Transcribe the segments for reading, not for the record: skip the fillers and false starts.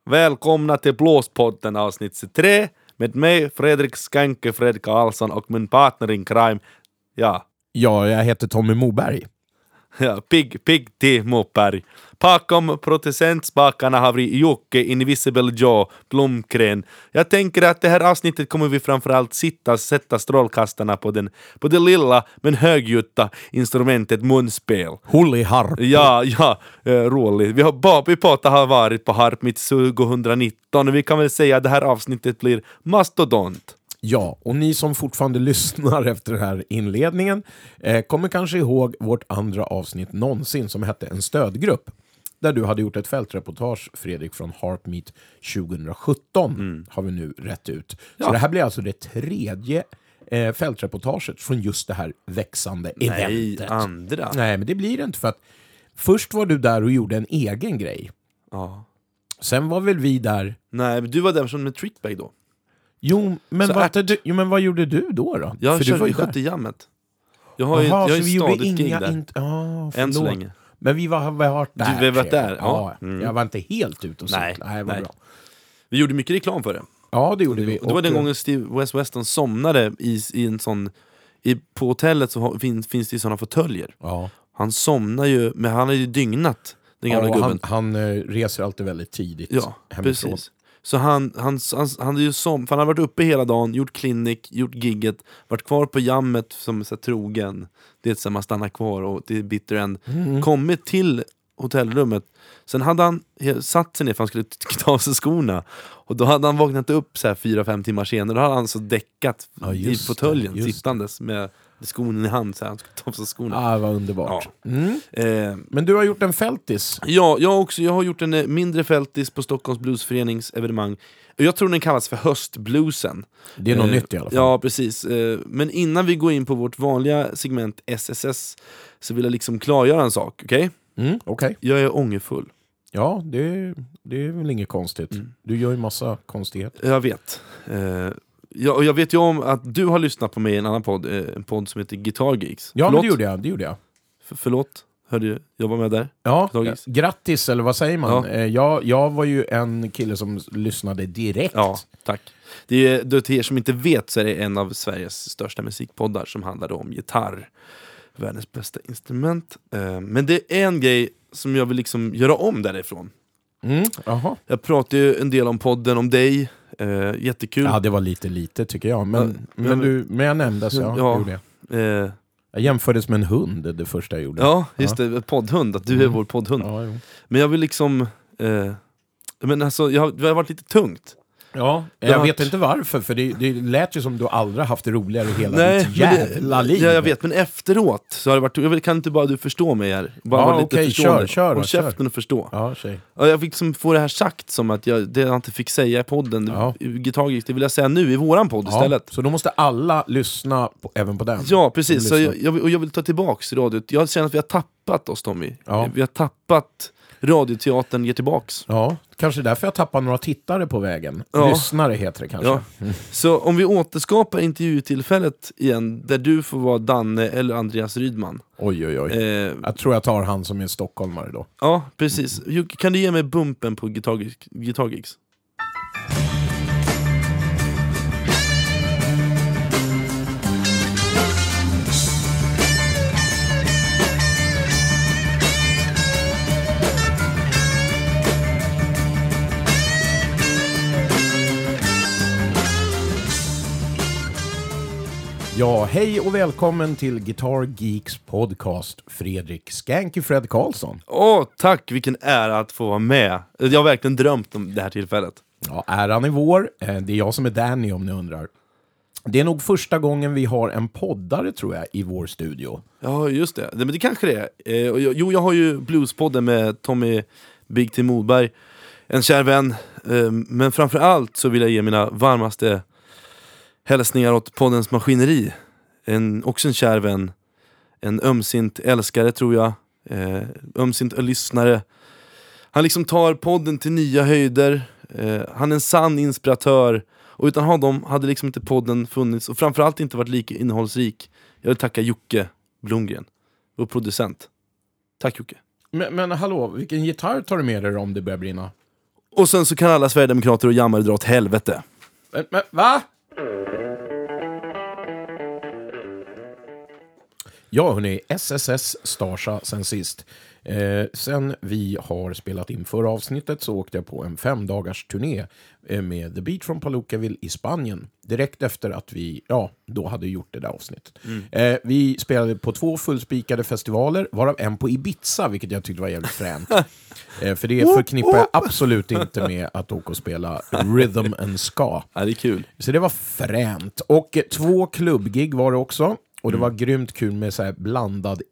Välkomna till Blåspodden avsnitt 3 med mig Fredrik Skänke, Fredrik Karlsson och min partner in crime. Ja, jag heter Tommy Moberg. Ja, Pig T. Moberg. Bakom producentspakarna har vi Jocke, Invisible Joe, Blomgren. Jag tänker att det här avsnittet kommer vi framförallt sätta strålkastarna på det lilla men högljudda instrumentet munspel. Holy harp. Ja, roligt. Vi båda har varit på harp mitt 2019 och vi kan väl säga att det här avsnittet blir mastodont. Ja, och ni som fortfarande lyssnar efter den här inledningen kommer kanske ihåg vårt andra avsnitt någonsin som hette En stödgrupp. Där du hade gjort ett fältreportage, Fredrik, från Harp Meet 2017 har vi nu rätt ut. Så det här blir alltså det tredje fältreportaget från just det här växande eventet. Andra. Nej, men det blir det inte för att först var du där och gjorde en egen grej. Ja. Sen var väl vi där... Nej, men du var där som med trickbag då. Jo, men vad gjorde du då? Jag för körde 70-jammet. Jag har ju stadigt gig där. Än så länge. Men vi har varit där. Du har varit där? Ja. Jag var inte helt ute och cykla. Nej, var bra. Vi gjorde mycket reklam för det. Ja, det gjorde vi. Och det var den gången Steve Weston somnade i en sån... På hotellet så finns det ju såna fåtöljer. Ja. Han somnar ju, men han är ju dygnat, den gamla gubben. Han reser alltid väldigt tidigt hemifrån. Precis. Så han hade ju för han har varit uppe hela dagen, gjort klinik, gjort gigget, varit kvar på jammet som så trogen. Det är så man stannar kvar och det är bitter end. Kommit till hotellrummet. Sen hade han satt sig ner för han skulle ta av sig skorna. Och då hade han vaknat upp så här 4-5 timmar senare. Då hade han så däckat i fåtöljen sittandes med skon i hand så här. Han skulle ta av sig skorna. Vad underbart. Ja. Men du har gjort en fältis. Ja, jag har gjort en mindre fältis på Stockholms Bluesförenings evenemang. Jag tror den kallas för höstbluesen. Det är något nytt i alla fall. Ja, precis. Men innan vi går in på vårt vanliga segment SSS så vill jag liksom klargöra en sak, okej? Okej. Jag är ångerfull. Ja, det är väl inget konstigt. Du gör ju massa konstigheter. Jag vet. Jag vet ju om att du har lyssnat på mig i en annan podd, en podd som heter Guitar Geeks. Ja, men det gjorde jag. Förlåt, hörde jag var med där? Ja, grattis, eller vad säger man? Ja. Jag var ju en kille som lyssnade direkt. Ja, tack. Det är till er som inte vet så är det en av Sveriges största musikpoddar som handlar om gitarr. Världens bästa instrument. Men det är en grej som jag vill liksom göra om därifrån. Jag pratade ju en del om podden, om dig. Jättekul. Ja, det var lite tycker jag. Men jag nämnde så gjorde jag. Jag jämfördes med en hund det första jag gjorde. Ja, just det. Poddhund. Att du är vår poddhund. Ja, men jag vill liksom... men alltså, det har varit lite tungt. Ja, jag vet inte varför. För det lät ju som du aldrig haft det roligare hela ditt jävla liv. Ja, jag vet. Men efteråt så har det varit... Kan inte bara du förstå mig här? Okej, kör. Håll käften och förstå. Ja, tjej. Och jag fick liksom få det här sagt som att jag inte fick säga i podden. Guitar Geeks, det vill jag säga nu i våran podd istället. Så då måste alla lyssna även på den. Ja, precis. Så jag vill ta tillbaks radiot. Jag känner att vi har tappat oss, Tommy. Vi har tappat... Radioteatern ger tillbaks. Ja, kanske därför jag tappar några tittare på vägen. Lyssnare heter det kanske. Ja. Så om vi återskapar intervjutillfället igen, där du får vara Danne eller Andreas Rydman. Oj. Jag tror jag tar han som är stockholmare då. Ja, precis. Kan du ge mig bumpen på Guitar Geeks? Ja, hej och välkommen till Guitar Geeks podcast, Fredrik Skänke Fred Karlsson. Tack, vilken ära att få vara med. Jag har verkligen drömt om det här tillfället. Ja, äran är vår. Det är jag som är Danny om ni undrar. Det är nog första gången vi har en poddare, tror jag, i vår studio. Ja, just det. Men det kanske det är. Jag har ju Bluespodden med Tommy Big T. Moberg. En kär vän. Men framförallt så vill jag ge mina varmaste hälsningar åt poddens maskineri. Också en kär vän. En ömsint älskare, tror jag. Ömsint lyssnare. Han liksom tar podden till nya höjder. Han är en sann inspiratör. Och utan honom hade liksom inte podden funnits. Och framförallt inte varit lika innehållsrik. Jag vill tacka Jocke Blomgren, vår producent. Tack, Jocke. Men hallå, vilken gitarr tar du med dig om det börjar brinna? Och sen så kan alla Sverigedemokrater och jammare dra åt helvete. Men va? Ja, hörni, SSS Starsa sen sist. Sen vi har spelat in förra avsnittet så åkte jag på en 5-dagars turné med The Beat från Palookaville i Spanien. Direkt efter att vi, då hade gjort det där avsnittet. Vi spelade på 2 fullspikade festivaler, varav en på Ibiza, vilket jag tyckte var jävligt fränt. För det förknippar jag absolut inte med att åka och spela rhythm and ska. Ja, det är kul. Så det var fränt. Och 2 klubbgig var det också. Och det var grymt kul med så här blandad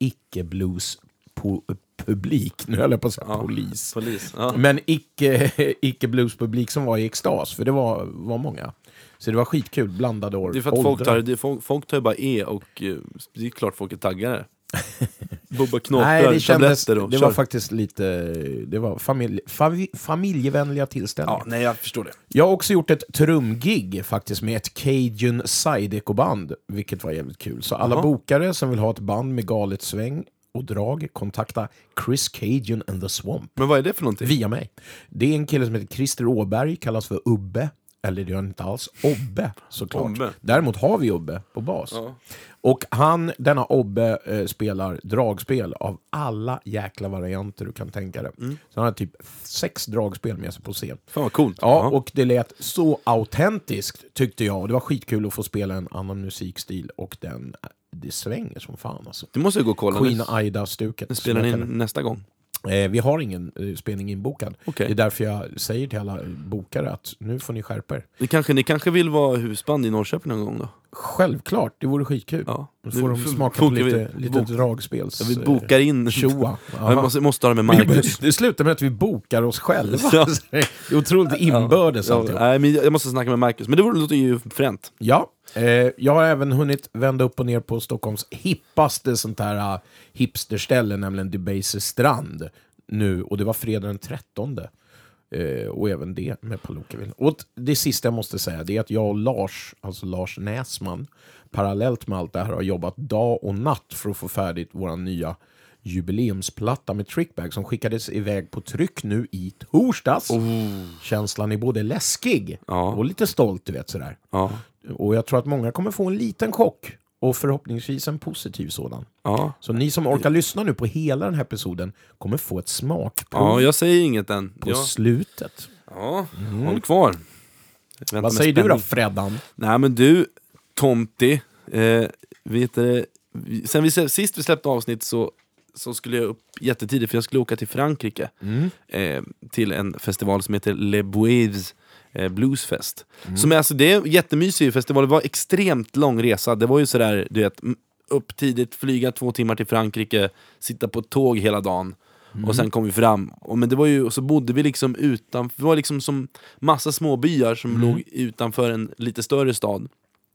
icke-blues-publik. Nu höll jag på att säga polis. Ja. Men icke-blues-publik som var i extas. För det var många. Så det var skitkul, blandade år. Det är för att folk tar ju bara och det är klart folk är taggade. Bubba knoppar, tabletter och det var faktiskt lite, det var familjevänliga tillställningar. Ja, nej, jag förstår det. Jag har också gjort ett trumgig faktiskt med ett Cajun Zydeco-band, vilket var jävligt kul. Så alla bokare som vill ha ett band med galet sväng och drag, kontakta Chris Cajun and the Swamp. Men vad är det för någonting? Via mig. Det är en kille som heter Christer Åberg, kallas för Ubbe. Eller det gör han inte alls. Obbe, såklart. Obbe. Däremot har vi Obbe på bas. Ja. Och denna Obbe spelar dragspel av alla jäkla varianter du kan tänka dig. Så han har typ 6 dragspel med sig på scen. Fan vad coolt. Ja, och det lät så autentiskt tyckte jag. Och det var skitkul att få spela en annan musikstil. Och det svänger som fan alltså. Du måste gå och kolla. Queen Aida-stuket. Spelar ni nästa gång? Vi har ingen spelning inbokad. Okay. Det är därför jag säger till alla bokare att nu får ni skärpa er. Ni kanske vill vara husband i Norrköping någon gång då? Självklart, det vore skitkul. Ja. Då får de smaka på lite dragspels. Vi bokar in. Tjoa. Vi måste ha det med Marcus. Det slutar med att vi bokar oss själva. Ja. Det är otroligt inbördes. Nej, men jag måste snacka med Marcus. Men det låter ju fränt. Ja. Jag har även hunnit vända upp och ner på Stockholms hippaste sånt här hipsterställe, nämligen Debaser strand nu, och det var fredag den 13. Och även det med Palookaville. Och det sista jag måste säga, det är att jag och Lars Näsman, parallellt med allt det här har jobbat dag och natt för att få färdigt vår nya jubileumsplatta med Trickbag som skickades iväg på tryck nu i torsdags. Känslan är både läskig och lite stolt, du vet sådär. Och jag tror att många kommer få en liten chock och förhoppningsvis en positiv sådan. Så ni som orkar lyssna nu på hela den här episoden kommer få ett smakprov. Ja, jag säger inget än. På slutet. Håll kvar. Vad säger du då, Freddan? Nej, men du, Tomti, vet du, sen sist vi släppte avsnitt så skulle jag upp jättetidigt, för jag skulle åka till Frankrike till en festival som heter Le Boueves Bluesfest. Som alltså, det är en jättemysig festival. Det var extremt lång resa. Det var ju sådär, du vet, upp tidigt, flyga 2 timmar till Frankrike, sitta på ett tåg hela dagen och sen kom vi fram. Men det var ju, och så bodde vi liksom utanför, det var liksom som massa små byar som låg utanför en lite större stad.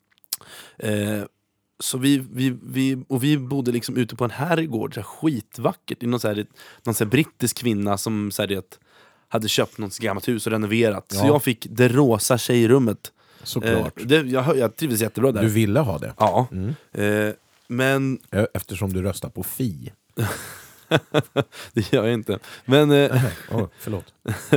Så vi bodde liksom ute på en herrgård, så här skitvackert. Det är någon så här brittisk kvinna som så här, hade köpt något gammalt hus och renoverat. Så jag fick det rosa tjejrummet. Såklart. Jag trivdes jättebra där. Du ville ha det? Ja. Men eftersom du röstar på Fi. Det gör jag inte. Men förlåt.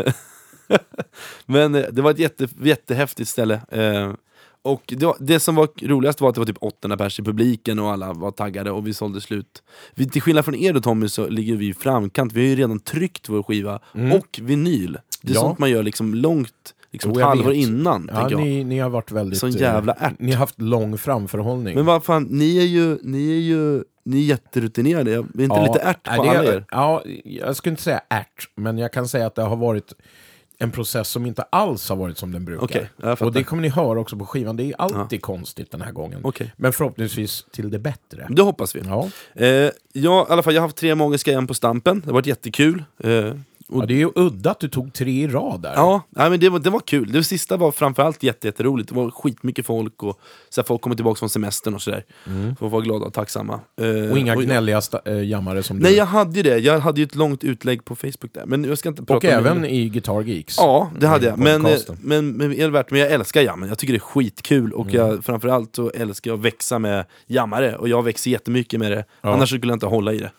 Men det var ett jättehäftigt ställe. Och det som var roligast var att det var typ 800 pers i publiken och alla var taggade och vi sålde slut. Till skillnad från er då, Tommy, så ligger vi i framkant. Vi har ju redan tryckt vår skiva och vinyl. Det är sånt man gör liksom långt, liksom ett halvår innan. Ja, ni har varit väldigt... Sån jävla ärt. Ni har haft lång framförhållning. Men vad fan, ni är jätterutinerade. Jag är inte lite ärt på alla er. Ja, jag skulle inte säga ärt, men jag kan säga att det har varit en process som inte alls har varit som den brukar. Okay, och det kommer ni höra också på skivan. Det är alltid konstigt den här gången. Okay. Men förhoppningsvis till det bättre. Det hoppas vi. Ja. I alla fall, jag har haft 3 magiska igen på Stampen. Det har varit jättekul. Det är ju udda att du tog 3 i rad där. Ja, men det var kul. Det sista var framförallt jätteroligt. Det var skitmycket folk och så här, folk kommer tillbaka från semestern och sådär. För att vara glada och tacksamma. Och inga gnälliga jammare som Nej, jag hade ju det. Jag hade ju ett långt utlägg på Facebook där. Men jag ska inte prata och även i Guitar Geeks. Ja, det hade jag. Men jag älskar jammen. Jag tycker det är skitkul. Och framförallt så älskar jag att växa med jammare. Och jag växer jättemycket med det. Annars skulle jag inte hålla i det.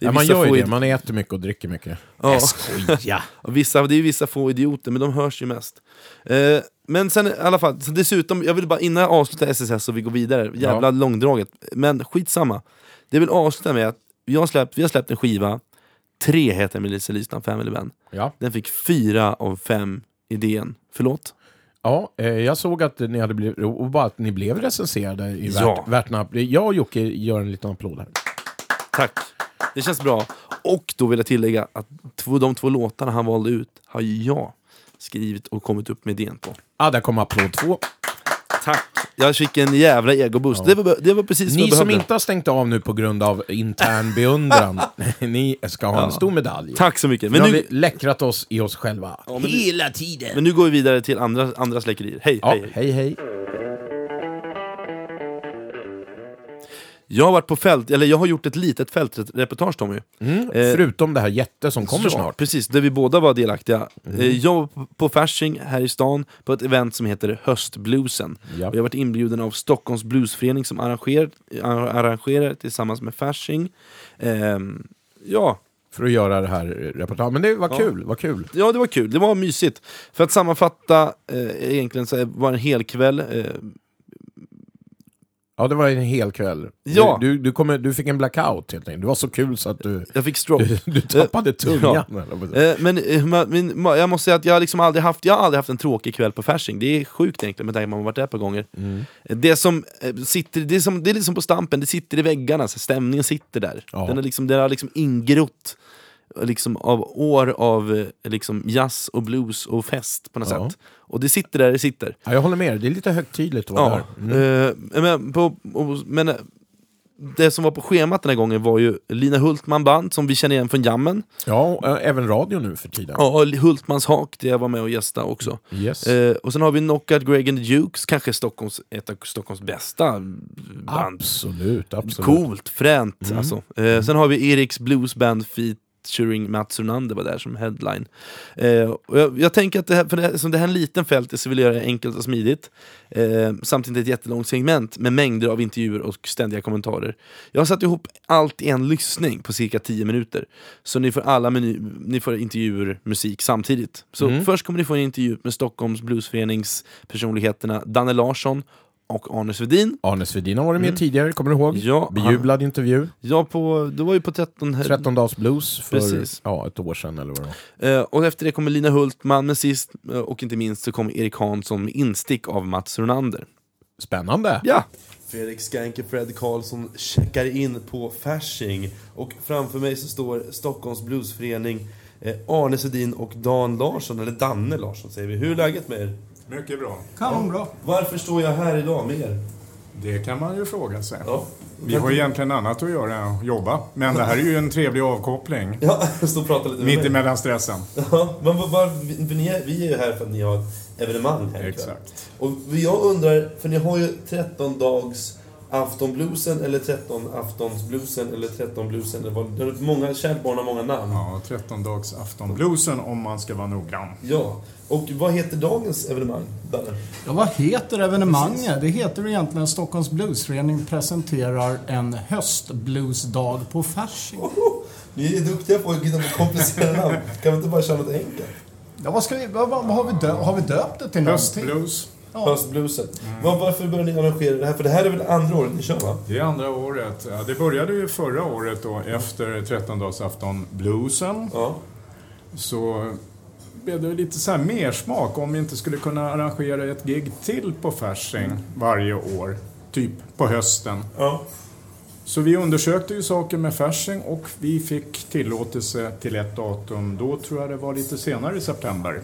Ja, man gör ju det, man äter mycket och dricker mycket. Ja. Skoja. Det är vissa få idioter, men de hörs ju mest. Men sen i alla fall, så dessutom, jag vill bara innan jag avslutar SSS och vi går vidare, jävla långdraget, men skitsamma. Det vill avsluta med att vi har släppt en skiva, 3 heter Melissa Listan, Family Band. Ja. Den fick 4 av 5 idén. Förlåt? Ja, jag såg att ni hade blivit, och bara att ni blev recenserade i Värtnapp. Jag och Jocke gör en liten applåd här. Tack. Det känns bra. Och då vill jag tillägga att de 2 låtarna han valde ut har jag skrivit och kommit upp med idén på. Ja, där kommer applåd 2. Tack. Jag fick en jävla egoboost. Ja. Det var precis vad jag behövde. Ni som inte har stängt av nu på grund av intern beundran, ni ska ha en stor medalj. Tack så mycket. Men nu har vi läckrat oss i oss själva. Hela tiden. Men nu går vi vidare till andras läckerier. Hej. Jag har varit på jag har gjort ett litet fältreportage, Tommy. Förutom det här jätte som kommer snart. Precis, där vi båda var delaktiga. Jag var på Fasching här i stan på ett event som heter Höstbluesen. Ja. Och jag har varit inbjuden av Stockholms bluesförening som arrangerar tillsammans med Fasching. För att göra det här reportaget. Men det var kul, vad kul. Ja, det var kul, det var mysigt. För att sammanfatta, egentligen så var det en hel kväll. Ja, det var en hel kväll. Ja. Du fick en blackout helt enkelt. Det var så kul så att jag fick stroke. Du tappade tungan. Ja. Men jag måste säga att jag liksom aldrig haft en tråkig kväll på Fasching. Det är sjukt egentligen med det man har varit där på gånger. Det är liksom på Stampen, det sitter i väggarna, så stämningen sitter där. Ja. Den har liksom ingrott liksom av år av liksom jazz och blues och fest på något sätt. Och det sitter där det sitter. Ja, jag håller med. Det är lite högtidligt att vara där. Men det som var på schemat den här gången var ju Lina Hultman band som vi känner igen från jammen. Ja, även radio nu för tiden. Ja, Hultmans hak, det jag var med och gästa också. Yes. Och sen har vi Knockout Greg and the Dukes, kanske ett av Stockholms bästa band. Absolut. Coolt, fränt alltså. Sen har vi Eriks bluesband featuring Mats Runander var där som headline. Och jag tänker att som det här är en liten fält så vill jag göra det enkelt och smidigt. Samtidigt ett jättelångt segment med mängder av intervjuer och ständiga kommentarer. Jag har satt ihop allt i en lyssning på cirka 10 minuter. Så ni får ni får intervjuer, musik samtidigt. Så först kommer ni få en intervju med Stockholms bluesförenings personligheterna Danne Larsson och Arne Svedin. Arne Svedin har varit med tidigare, kommer du ihåg? Ja, bejublad intervju. Ja, det var ju på 13 dags blues för ett år sedan eller vad det var. Och efter det kommer Lina Hultman, men sist och inte minst så kommer Erik Hansson med instick av Mats Runander. Spännande. Ja. Fredrik Skanke Fred Karlsson checkar in på Fasching och framför mig så står Stockholms bluesförening, Arne Svedin och Dan Larsson, eller Danne Larsson säger vi. Hur är läget med er? Mycket bra. Bra. Varför står jag här idag med er? Det kan man ju fråga sig. Ja. Vi har egentligen annat att göra än att jobba. Men det här är ju en trevlig avkoppling. Ja, stå och prata lite med mitt emellan stressen. Ja, men vi är ju här för att ni har ett evenemang här. Exakt. Och jag undrar, för ni har ju 13 dags aftonbluesen eller 13 aftonsbluesen eller 13 bluesen eller många kärnbarn har många namn. Ja, 13 dags aftonbluesen om man ska vara noggrann. Ja, och vad heter dagens evenemang, Danne? Ja, vad heter evenemanget? Precis. Det heter egentligen Stockholms bluesförening presenterar en höstbluesdag på Fasching. Ni är duktiga på att hitta på komplicerade namn. Kan vi inte bara köra något enkelt? Ja, vad har vi döpt det till? Höstblues. Ja. Höstbluesen. Varför började ni arrangera det här? För det här är väl andra året ni kör, va? Det är andra året. Ja, det började ju förra året då, efter 13-dagsafton bluesen. Ja. Så blev det lite så här mer smak om vi inte skulle kunna arrangera ett gig till på Fasching varje år. Typ på hösten. Ja. Så vi undersökte ju saker med Fasching och vi fick tillåtelse till ett datum. Då tror jag det var lite senare i september.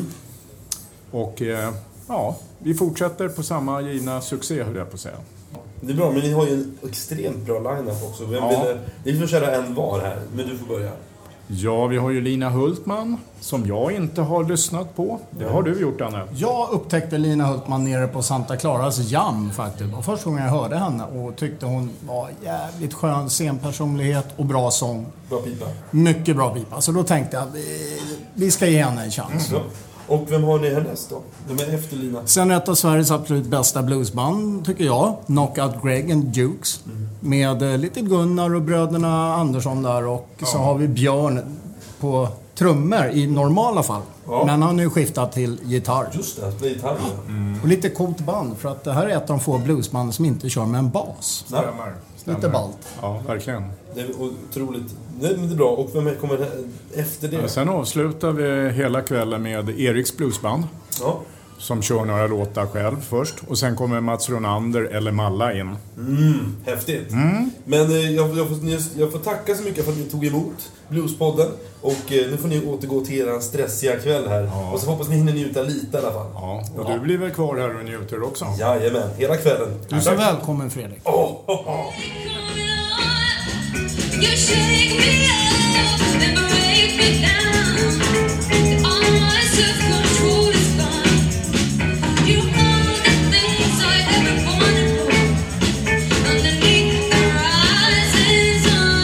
Och vi fortsätter på samma givna succé, höll jag på att säga. Det är bra, men ni har ju en extremt bra line-up också. Ni får köra en var här, men du får börja. Ja, vi har ju Lina Hultman som jag inte har lyssnat på. Det har du gjort, Anne. Jag upptäckte Lina Hultman nere på Santa Claras jam faktiskt. Det var första gången jag hörde henne och tyckte hon var jävligt skön scenpersonlighet och bra sång. Bra pipa. Mycket bra pipa. Så då tänkte jag vi ska ge henne en chans. Och vem har ni härnäst då? De är efter Lina. Sen ett av Sveriges absolut bästa bluesband, tycker jag. Knockout Greg and Dukes. Med lite Gunnar och bröderna Andersson där. Och så har vi Björn på trummor i normala fall. Ja. Men han har nu skiftat till gitarr. Just det, det är gitarr. Och lite coolt band, för att det här är ett av de få bluesband som inte kör med en bas. Stämmer. Lite ballt. Ja, verkligen. Det är otroligt. Nej, men det är bra. Och vem kommer efter det? Sen avslutar vi hela kvällen med Eriks bluesband. Ja. Som kör några låtar själv först. Och sen kommer Mats Ronander eller Malla in. Häftigt. Men jag får tacka så mycket för att ni tog emot Bluespodden. Och nu får ni återgå till er stressiga kväll här. Ja. Och så hoppas ni hinner njuta lite i alla fall. Ja, och du blir väl kvar här och njuter också? Jajamän, hela kvällen. Du är så välkommen, Fredrik. You shake me up and break me down. All my self-control is gone. You know the things I ever wanted more. Underneath the rising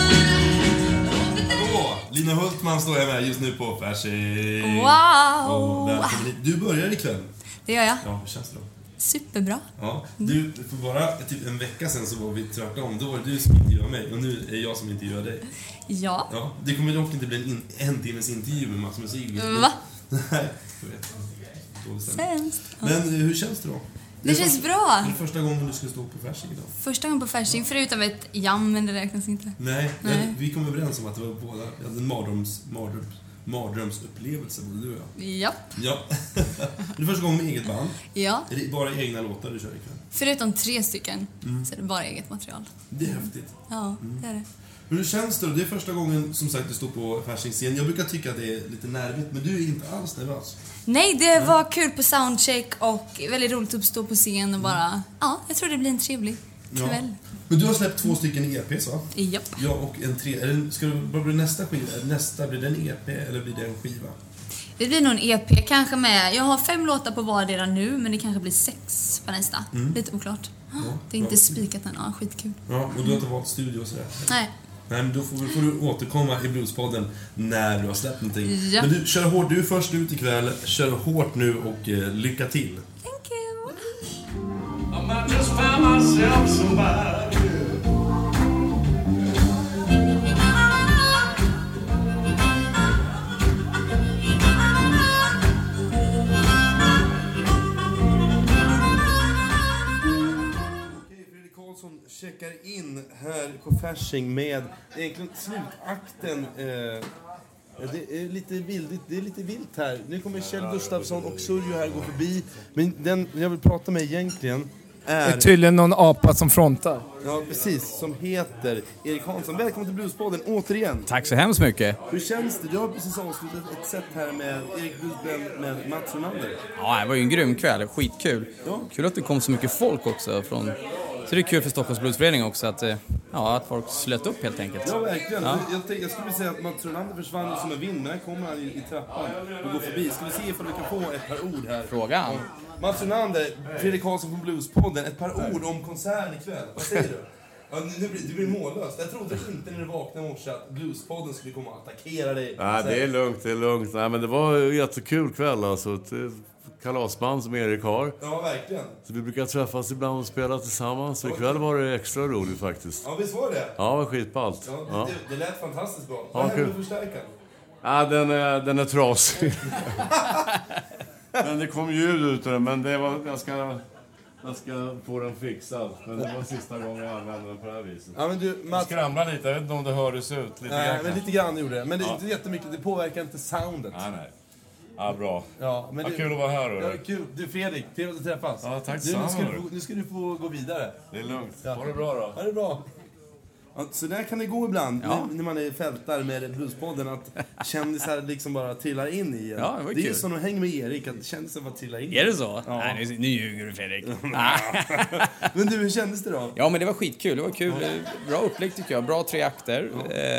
sun. Lina Hultman står jag med just nu på Fasching. Wow! Välkommen hit. Du börjar ikväll. Det gör jag. Ja, hur känns det då? Superbra. Ja, du, för bara typ en vecka sedan så var vi tvärtom. Då var det du som intervjuade mig och nu är jag som intervjuar dig. Ja. Ja, det kommer dock inte bli en timmes intervju med Mats Musik. Va? Nej, jag vet. Dåligt stämning. Sämst. Men hur känns det då? Det känns bra. Det är första gången du ska stå på Fasching idag. Första gången på Fasching, förutom ett jam, men det räknas inte. Nej. Nej. Men vi kom överens om att det var båda en mardrömsupplevelse, både du och jag. Japp. Ja. Det är första gången med eget band. Ja. Är det bara egna låtar du kör ikväll? Förutom 3 stycken så är det bara eget material. Det är häftigt. Ja, det är det. Hur känns det då? Det är första gången som sagt du står på Fasching-scen. Jag brukar tycka att det är lite nervigt, men du är inte alls nervös. Nej, det var kul på soundcheck och väldigt roligt att stå på scen och bara... Ja, jag tror det blir en trevlig kväll. Men du har släppt 2 stycken EPs, va? Japp. Ja, och en 3. Ska det bara bli nästa skiva? Blir det en EP eller blir det en skiva? Det blir nog en EP kanske med... Jag har 5 låtar på vardera nu, men det kanske blir 6 på nästa. Lite oklart. Det är inte spikat än. Ja, skitkul. Ja, och du har inte valt studio och sådär? Nej. Nej, men då får du återkomma i Bluespodden när du har släppt någonting. Ja. Men du, kör hårt. Du är först ut ikväll. Kör hårt nu och lycka till. Thank you. I might just find myself somebody. Fredrik Karlsson checkar in här på Fasching med egentligen slutakten. Det är lite vilt här. Nu kommer Kjell Gustafsson och Surjo här gå förbi. Men den jag vill prata med egentligen Det är tydligen någon apa som frontar. Ja, precis. Som heter Erik Hansson. Välkommen till Bluespodden återigen. Tack så hemskt mycket. Hur känns det? Du har precis avslutat ett set här med Erik Bluesband med Mats Ronander. Ja, det var ju en grym kväll. Skitkul. Ja. Kul att det kom så mycket folk också. Så det är kul för Stockholms Bluesförening också att folk slöt upp helt enkelt. Ja, verkligen. Ja. Jag skulle säga att Mats Ronander försvann som en vind. Men här kommer han i trappan och går förbi. Ska vi se ifall vi kan få ett par ord här. Fråga han. Mats Ronander, Fredrik Karlsson från Bluespodden. Ett par ord om konserten ikväll. Vad säger du? Ja, du blir mållöst. Jag trodde inte när du vaknade i morse att Bluespodden skulle komma och attackera dig. Nej, det är lugnt. Nej, men det var en jättekul kväll alltså. Ett kalasband som Erik har. Ja, verkligen. Så vi brukar träffas ibland och spela tillsammans. Så ikväll var det extra roligt faktiskt. Ja, visst var det? Ja, det var skitballt. Ja, det lät fantastiskt bra. Ja, Vad hände kul. med förstärkaren? Ja, den är trasig. Men det kom ljud ut ur den, men det var, jag ska få den fixad. Men det var sista gången jag använde den på det här viset. Ja, men du, Jag Mats... skramlar lite, jag vet inte om det hördes ut. Nej, men lite grann gjorde det. Men det är inte jättemycket, det påverkar inte soundet. Nej. Ja, bra. Ja, men Vad kul att vara här då. Ja, kul. Du Fredrik, trevligt att träffas. Ja, tack du, detsamma. nu ska du få gå vidare. Det är lugnt. Ja. Ha det bra då. Ja, det är bra. Ja, så där kan det gå ibland Ja. när man är fältar med Bluespodden, att kändisar liksom bara trillar in i en. Ja, det var är ju kul. som att hänga med Erik, att kändisar bara trillar in. Är det så? Ja. Nej, nu ljuger du, Fredrik. Men du, hur kändes det då? Ja, men det var skitkul. Det var kul. Bra upplägg tycker jag. Bra 3 akter.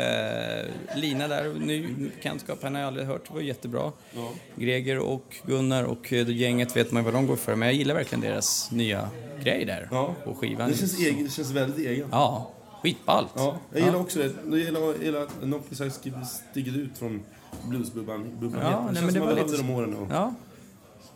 Lina där, ny bekantskap, henne har jag aldrig hört. Det var jättebra. Ja. Greger och Gunnar och gänget vet man vad de går för. Men jag gillar verkligen deras nya grej där på skivan. Det känns egen, det känns väldigt egen. Ja, skitballt. Ja, jag gillar också det. Jag gillar att Nocky sticker ut från bluesbubban. Ja, Det nej, känns men det som man var behövde lite... de åren. Och Ja,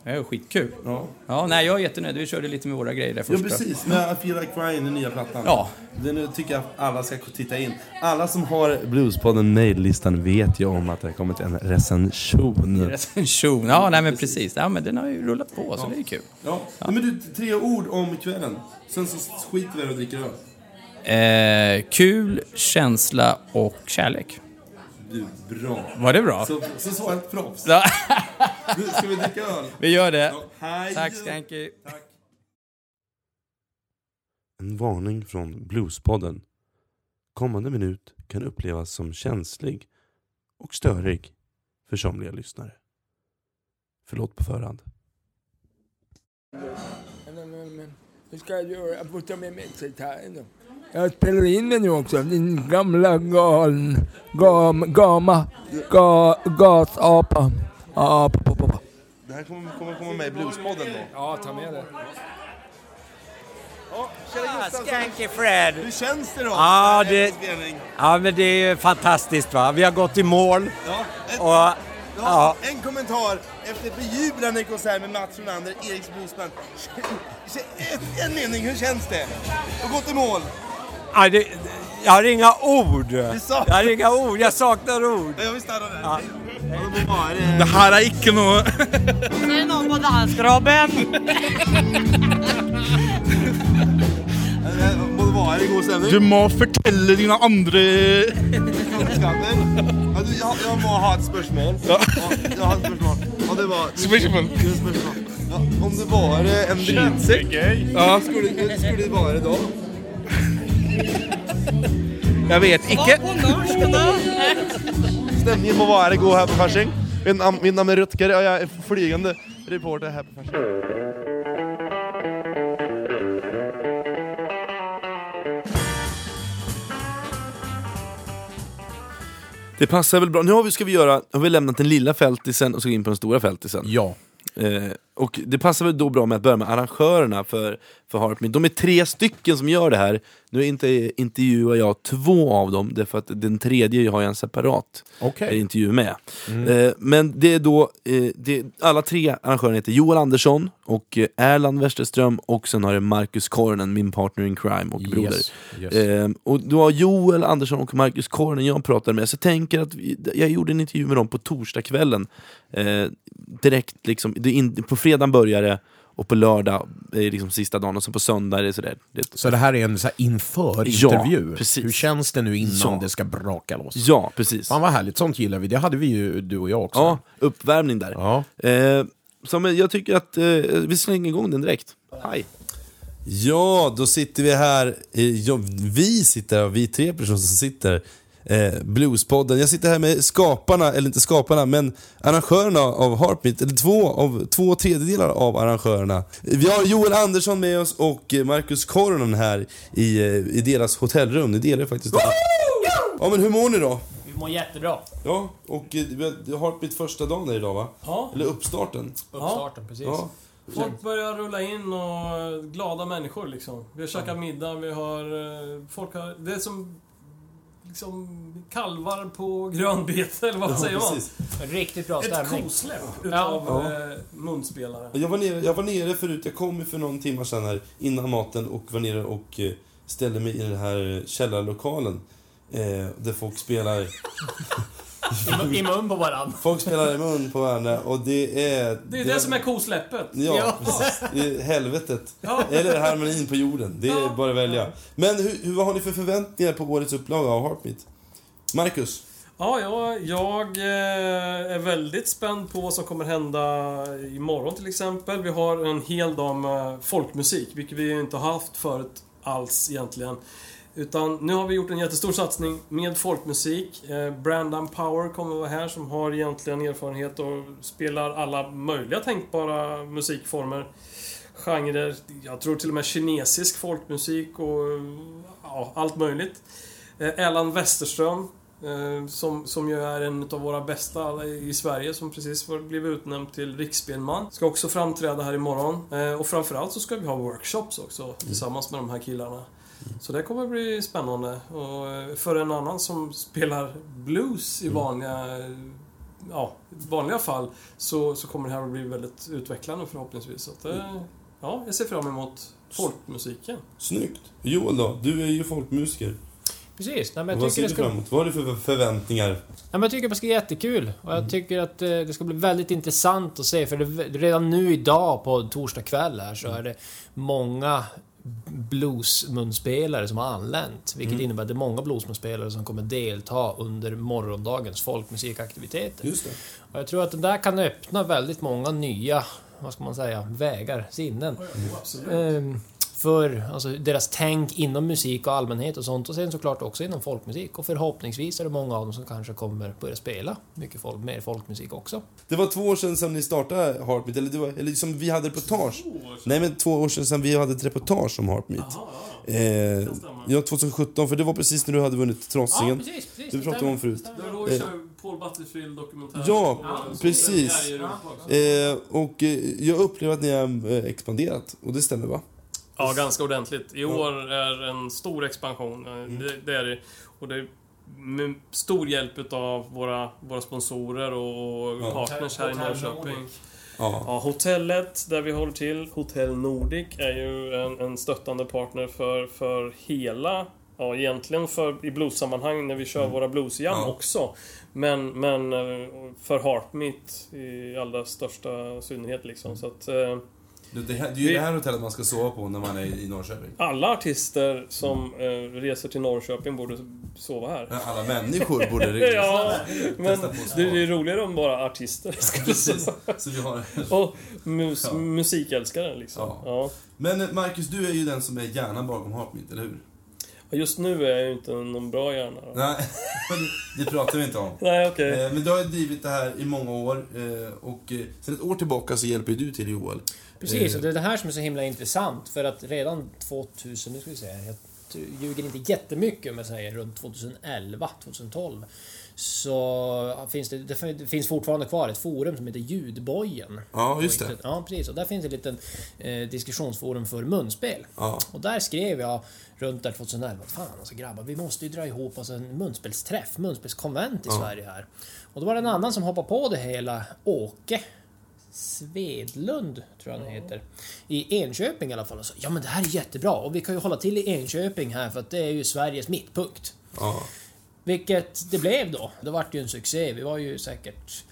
Det är skitkul. Ja. Ja, nej, jag är jättenöjd. Vi körde lite med våra grejer där Ja, först. precis. Med I Feel Like Crying, den nya plattan. Ja. Den tycker jag alla ska titta in. Alla som har Bluespodden maillistan vet ju om att det har kommit en recension. Recension. Ja, nej men precis. Ja, men den har ju rullat på, så det är kul. Ja. Men du, 3 ord om kvällen. Sen så skiter vi och dricker öl. Kul, känsla och kärlek. Du, bra. Var det bra? Så sa ett proffs. Ja. Du, ska vi dricka öl? Vi gör det. Ja, hej. Tack, Skanky. Tack. En varning från Bluespodden. Kommande minut kan upplevas som känslig och störig för somliga lyssnare. Förlåt på förhand. Men hur ska jag göra? Jag får ta med mig gitarren då. Jag spelar in den nu också. Din gamla gasapa. Det här kommer komma med i Bluespodden då. Ja, ta med det. Skanky Fred. Hur känns det då? Ja, men det är fantastiskt va. Vi har gått i mål. En kommentar efter ett bejublande konsert med Mats Ronander, Eriks Bluesband. En mening, hur känns det? Du har gått i mål. Ja, jag har inga ord. Jag saknar ord. Jag vill stanna där. Ja. Det här är icke något. Det är någon på dansgrabben. Du må fortelle dina andre Jag må ha ett spörsmål. Ja. Jag har ett spörsmål. Och det var spörsmål. Ja, om det var en dritsäck. Ja, skulle det vara det då? Jag vet icke. Stämningen må vara god här på Fasching. Min namn är Rutger och jag är flygande reporter här på Fasching. Det passar väl bra. Nu har vi lämnat den lilla fältisen och ska in på den stora fältisen. Ja. Och det passar väl då bra med att börja med arrangörerna för Harpmeet. De är 3 stycken som gör det här. Nu intervjuar jag 2 av dem, därför att den tredje har jag en separat intervju med. Men det är då alla 3 arrangörer heter Joel Andersson och Erland Westerström, och sen har det Marcus Kornen, min partner in crime och broder. Yes. Och då har Joel Andersson och Marcus Kornen jag pratade med, så jag tänker att jag gjorde en intervju med dem på torsdagskvällen. Direkt liksom, på fredagen börjar det och på lördag är liksom sista dagen, och så på söndag är det sådär. Så det här är en så här inför-intervju? Ja, precis. Hur känns det nu innan det ska braka loss? Ja, precis. Fan vad härligt, sånt gillar vi. Det hade vi ju, du och jag också. Ja, uppvärmning där. Ja. Så jag tycker att vi slänger igång den direkt. Hej. Ja, då sitter vi här. Vi 3 personer som sitter Bluespodden. Jag sitter här med skaparna, eller inte skaparna, men arrangörerna av Harpmeet, eller 2/3 av arrangörerna. Vi har Joel Andersson med oss och Marcus Kornen här i deras hotellrum. Ni delar faktiskt. Ja, men hur mår ni då? Vi mår jättebra. Ja, och vi har Harpmeet första dagen där idag, va? Ja. Eller uppstarten. Uppstarten, precis. Ja. Folk börjar rulla in och glada människor liksom. Vi har käkat middag, vi har... det är som... liksom kalvar på grönbete, eller vad säger man? Riktigt bra stämning. Ett kosläpp utav munspelare. Jag var nere förut, jag kom ju för någon timme sedan här innan maten och var nere och ställde mig i den här källarlokalen där folk spelar i mun på varandra. Folk spelar i mun på varandra och det är det som är kosläppet. Ja, precis. Helvetet. Eller harmonin på jorden. Det är bara att välja. Men vad har ni för förväntningar på årets upplaga av Harpmeet? Marcus? Ja, jag är väldigt spänd på vad som kommer hända imorgon till exempel. Vi har en hel dag med folkmusik, vilket vi inte har haft förut alls egentligen. Utan nu har vi gjort en jättestor satsning med folkmusik. Brandon Power kommer vara här, som har egentligen erfarenhet och spelar alla möjliga tänkbara musikformer, genrer. Jag tror till och med kinesisk folkmusik och allt möjligt. Erland Westerström, som ju är en av våra bästa i Sverige, som precis blivit utnämnd till riksspelman, ska också framträda här imorgon. Och framförallt så ska vi ha workshops också tillsammans med de här killarna. Så det kommer bli spännande. Och för en annan som spelar blues i vanliga i vanliga fall så kommer det här att bli väldigt utvecklande förhoppningsvis. Så att, jag ser fram emot folkmusiken. Snyggt. Joel då, du är ju folkmusiker. Precis. Nej, men vad ser du fram emot? Vad har du för förväntningar? Ja, men jag tycker att det ska bli jättekul. Och jag tycker att det ska bli väldigt intressant att se. För redan nu idag på torsdag kväll här så är det många bluesmunspelare som har anlänt. Vilket innebär att det är många bluesmunspelare som kommer delta under morgondagens folkmusikaktiviteter. Just det. Och jag tror att det där kan öppna väldigt många nya, vad ska man säga, vägar, sinnen. För alltså, deras tänk inom musik och allmänhet och sånt. Och sen såklart också inom folkmusik. Och förhoppningsvis är det många av dem som kanske kommer börja spela mycket mer folkmusik också. Det var 2 år sedan ni startade Heartbeat. Eller som vi hade reportage. Nej, men 2 år sedan vi hade ett reportage om Heartbeat. 2017, för det var precis när du hade vunnit Trossingen. Ja, precis. Du pratade om förut. Det var då vi körde Paul Butterfield dokumentär. Ja, precis. Och jag upplever att ni har expanderat. Och det stämmer, va? Ja, ganska ordentligt. I år är en stor expansion. Det är det. Och det är med stor hjälp av våra sponsorer och partners här i Norrköping. Ja, hotellet där vi håller till, Hotell Nordic, är ju en stöttande partner för hela, egentligen i blues-sammanhang när vi kör våra bluesjam också. Men för Heartbeat i allra största synnerhet liksom. Så att det är ju det här hotellet man ska sova på när man är i Norrköping. Alla artister som reser till Norrköping borde sova här. Alla människor borde resa. Ja, men det är roligare om bara artister. Så vi har... Och musikälskare liksom. Ja. Men Marcus, du är ju den som är hjärnan bakom Heartbeat, eller hur? Just nu är jag ju inte någon bra hjärna då. Nej, det pratar vi inte om. Nej, okej. Men du har ju drivit det här i många år. Och sen ett år tillbaka så hjälper du till, Joel. Precis, och det är det här som är så himla intressant. För att redan 2000, nu ska vi säga, jag ljuger inte jättemycket om jag säger runt 2011, 2012. Så finns det finns fortfarande kvar ett forum som heter Ljudbojen. Ja, just det. Ja, precis. Och där finns ett litet diskussionsforum för munspel. Ja. Och där skrev jag runt där 2011, fan alltså grabbar, vi måste ju dra ihop alltså en munspelsträff, munspelskonvent i Sverige här. Och då var det en annan som hoppade på det hela, Åke Svedlund, tror jag han heter, i Enköping i alla fall, och sa, ja men det här är jättebra och vi kan ju hålla till i Enköping här för att det är ju Sveriges mittpunkt. Ja. Vilket det blev då. Det var ju en succé. Vi var ju säkert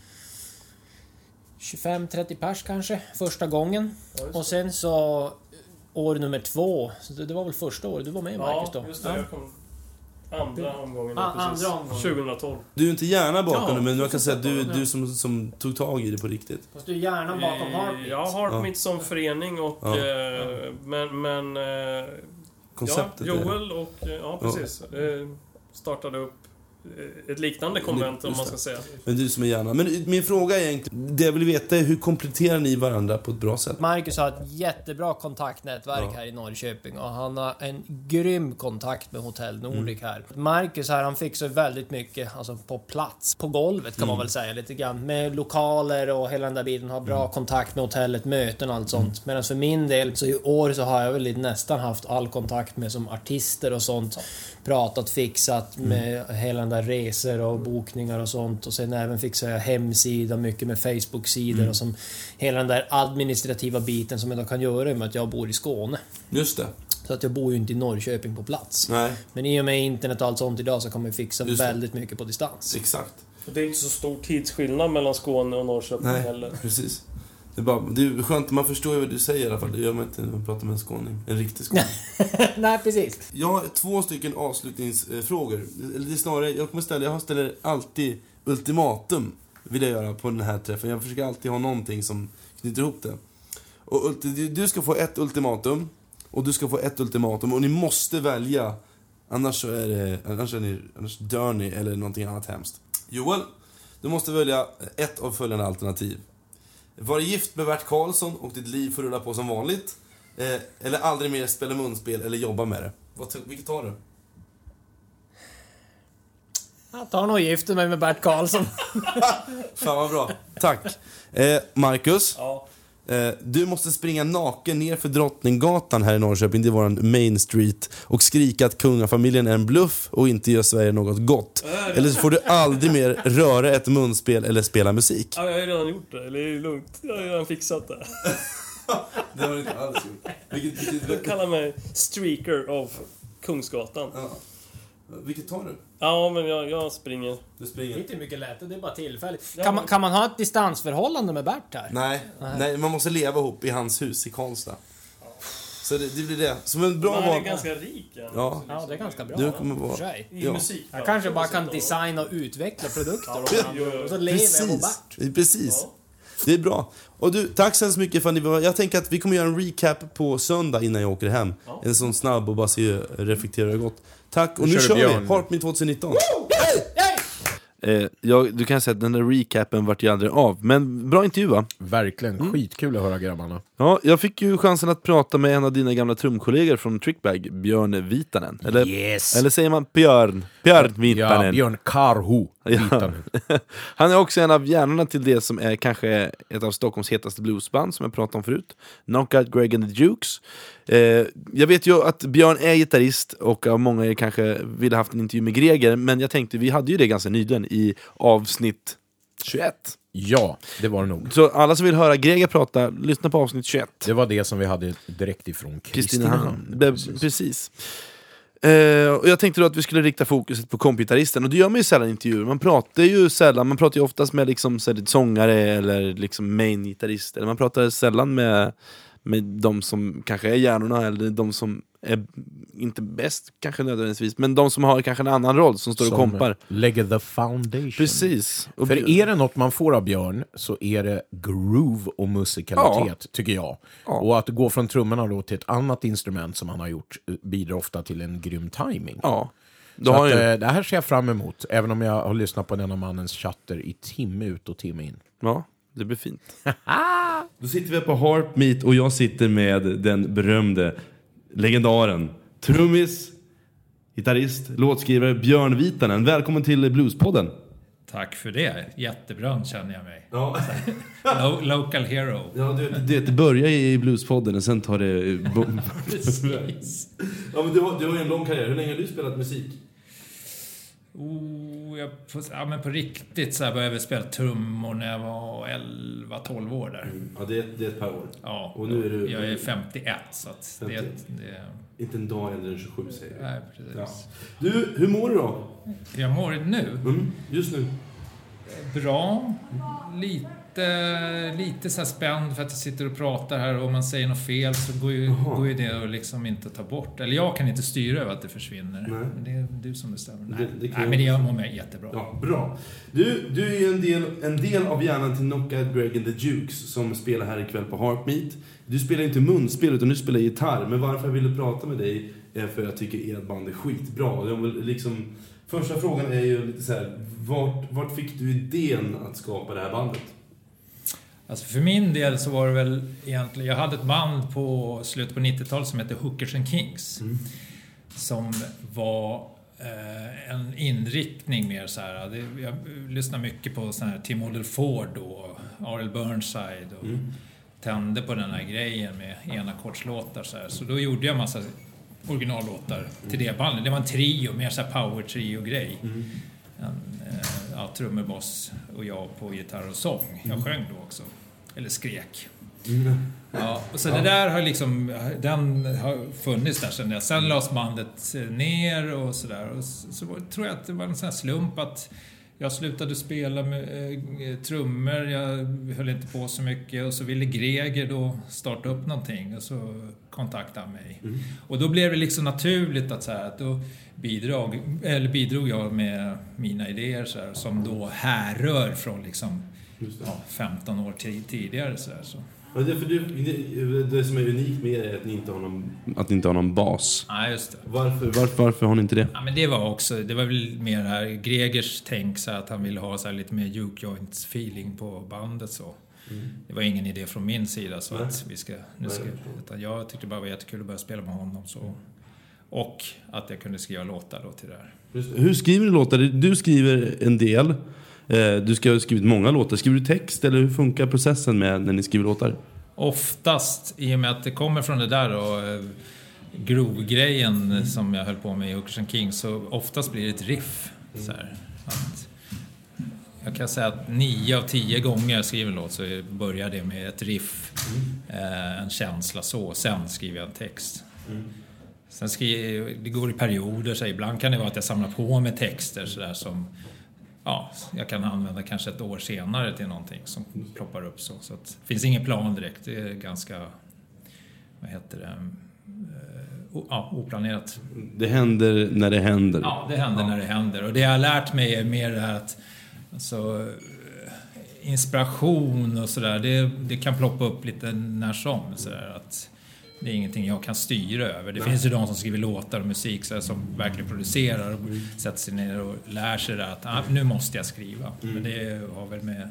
25-30 pers kanske första gången. Och sen så år nummer 2, så det var väl första året du var med, Marcus, då? Ja, just det. Jag kom andra omgången. Andra omgången. 2012. Du är inte gärna bakom det, men jag kan säga att du som tog tag i det på riktigt. Fast du är gärna bakom Heartbeat. Jag har Heartbeat som förening och men konceptet Joel och precis. Startade upp ett liknande konvent, om man ska säga. Men du som är gärna. Men min fråga är egentligen, det jag vill veta är, hur kompletterar ni varandra på ett bra sätt? Marcus har ett jättebra kontaktnätverk här i Norrköping och han har en grym kontakt med Hotell Nordic här. Marcus här, han fixar väldigt mycket alltså på plats, på golvet kan man väl säga lite grann, med lokaler och hela den där biten, har bra kontakt med hotellet, möten och allt sånt. Medan för min del, så i år så har jag väl nästan haft all kontakt med som artister och sånt. Pratat, fixat med hela den där resor och bokningar och sånt. Och sen även fixar jag hemsida, mycket med Facebook-sidor och som hela den där administrativa biten som jag då kan göra med att jag bor i Skåne. Just det. Så att jag bor ju inte i Norrköping på plats. Nej. Men i och med internet och allt sånt idag så kan man fixa väldigt mycket på distans. Exakt. Och det är inte så stor tidsskillnad mellan Skåne och Norrköping heller. Precis. Det är skönt, man förstår ju vad du säger i alla fall. Det gör man inte när man pratar med en skåning. En riktig skåning. Nej, precis. Jag har 2 stycken avslutningsfrågor. Eller det är snarare, jag ställer alltid ultimatum, vill jag göra på den här träffen. Jag försöker alltid ha någonting som knyter ihop det. Och du ska få ett ultimatum. Och du ska få ett ultimatum. Och ni måste välja. Annars dör ni eller någonting annat hemskt. Joel, du måste välja ett av följande alternativ. Var gift med Bert Karlsson och ditt liv får rulla på som vanligt. Eller aldrig mer spela munspel eller jobba med det. Vilket tar du? Jag tar nog gifter mig med Bert Karlsson. Fan vad bra. Tack. Marcus, Du måste springa naken ner för Drottninggatan här i Norrköping, det är våran main street, och skrika att kungafamiljen är en bluff och inte gör Sverige något gott. Eller så får du aldrig mer röra ett munspel eller spela musik. Ja, jag har ju redan gjort det, eller det är lugnt. Jag har ju redan fixat det. Det har du inte alls gjort. Du kallar mig streaker av Kungsgatan. Ja. Vilket tar du? Ja, men jag springer. Du springer. Det är inte mycket lätt, det är bara tillfälligt. Kan man ha ett distansförhållande med Bert här? Nej, man måste leva ihop i hans hus i Karlstad. Så det blir det. Som en bra man är ganska rik. Ja, det är ganska bra. Du kommer vara... I musik. Jag kanske bara kan designa och utveckla produkter. Och så lever jag på Bert. Precis. Det är bra. Och du, tack så mycket för att ni var. Jag tänker att vi kommer göra en recap på söndag innan jag åker hem. En sån snabb och bara reflektera gott. Tack, och nu kör vi Harp Me 2019. Du kan säga att den där recapen vart ju aldrig av. Men bra intervju, va? Verkligen, skitkul att höra grabbarna. Ja, jag fick ju chansen att prata med en av dina gamla trumkollegor från Trickbag, Björn Viitanen. Eller säger man Björn Viitanen? Ja, Björn Karhu Viitanen. Han är också en av hjärnorna till det som är kanske ett av Stockholms hetaste bluesband, som jag pratade om förut, Knockout Greg and the Jukes. Jag vet ju att Björn är gitarrist, och av många er kanske ville haft en intervju med Greger, men jag tänkte, vi hade ju det ganska nyligen i avsnitt 21. Ja, det var det nog. Så alla som vill höra Greger prata, lyssna på avsnitt 21. Det var det som vi hade direkt ifrån Kristinehamn. Precis. Och jag tänkte då att vi skulle rikta fokuset på kompgitarristen. Och det gör man ju sällan i intervjuer. Man pratar ju oftast med liksom sångare eller liksom main-gitarrist. Eller man pratar sällan med de som kanske är hjärnorna, eller de som är inte bäst kanske nödvändigtvis, men de som har kanske en annan roll, som står och kompar. Lägger the foundation. Precis. Och för är det något man får av Björn, så är det groove och musikalitet, tycker jag. Ja. Och att gå från trummorna då till ett annat instrument som han har gjort bidrar ofta till en grym timing. Ja. Så att, det här ser jag fram emot, även om jag har lyssnat på denna mannens chatter i timme ut och timme in. Ja, det blir fint. Då sitter vi på Harp Meet, och jag sitter med den berömde legendaren, trummis, gitarrist, låtskrivare Björn Viitanen. Välkommen till Bluespodden. Tack för det. Jättebra känner jag mig. Ja. Local hero. Ja, det börjar i Bluespodden och sen tar det... Precis. Ja, men du har ju en lång karriär. Hur länge har du spelat musik? Men på riktigt så började jag spela trummor när jag var 11-12 år där. Ja, det är ett par år. Ja, och nu är du... Jag är 51, så att 50. Det inte en dag äldre än 27, säger du. Nej, precis. Ja. Du, hur mår du då? Jag mår nu? Just nu. Bra. Lite så här spänd för att jag sitter och pratar här, och om man säger något fel så går ju det att liksom inte ta bort. Eller jag kan inte styra över att det försvinner. Nej. Men det är du som bestämmer. Nej, men jag mår med jättebra. Ja, bra. Du är ju en del av hjärnan till Knockout Greg and the Jukes, som spelar här ikväll på Harp Meet. Du spelar inte munspel, utan du spelar gitarr. Men varför jag ville prata med dig är för att jag tycker ert band är skitbra. Jag vill liksom... Första frågan är ju lite så här: vart fick du idén att skapa det här bandet? Alltså för min del så var det väl egentligen... Jag hade ett band på slutet på 90-talet som hette Hookers and Kings. Som var en inriktning mer så här. Jag lyssnade mycket på sån här Tim Odell Ford och Arel Burnside och tände på den här grejen med enackords-låtar så här. Så då gjorde jag massa originallåtar till det bandet. Det var en trio, mer så här power trio-grej. Trummor, bass och jag på gitarr och sång. Jag sjöng då också. Eller skrek. Ja, och så det där har liksom... Den har funnits där sedan dess. Sen lades bandet ner och sådär. Och så tror jag att det var en sån här slump att jag slutade spela med trummor. Jag höll inte på så mycket. Och så ville Greger då starta upp någonting. Och så kontaktade han mig. Och då blev det liksom naturligt att så här, att då bidrog jag med mina idéer så här, som då härrör från liksom 15 år tidigare så här, så. Ja, det som är unikt med är att ni inte har någon bas. Ja, just det. Varför har ni inte det? Ja, men det var väl mer här Gregers tänk så att han ville ha så här lite mer juke joints feeling på bandet så. Det var ingen idé från min sida så att utan jag tyckte bara det var jättekul att börja spela med honom så. Och att jag kunde skriva låtar då till det här. Hur skriver du låtar? Du skriver en del. Du ska ha skrivit många låtar. Skriver du text eller hur funkar processen med när ni skriver låtar? oftast, i och med att det kommer från det där och groove-grejen som jag höll på med i Hookers and Kings, så oftast blir det ett riff. Så här, att jag kan säga att 9 av 10 gånger jag skriver en låt så börjar det med ett riff, en känsla så, sen skriver jag en text. Sen det går i perioder, så ibland kan det vara att jag samlar på med texter så där som jag kan använda kanske ett år senare till någonting som ploppar upp så att det finns ingen plan direkt, det är ganska, vad heter det, oplanerat. Det händer när det händer. Ja, det händer när det händer. Och det jag har lärt mig är mer det här att inspiration och sådär, det kan ploppa upp lite när som. Sådär, att det är ingenting jag kan styra över. Det finns ju de som skriver låtar och musik sådär, som verkligen producerar och sätter sig ner och lär sig det att nu måste jag skriva. Men det har väl med...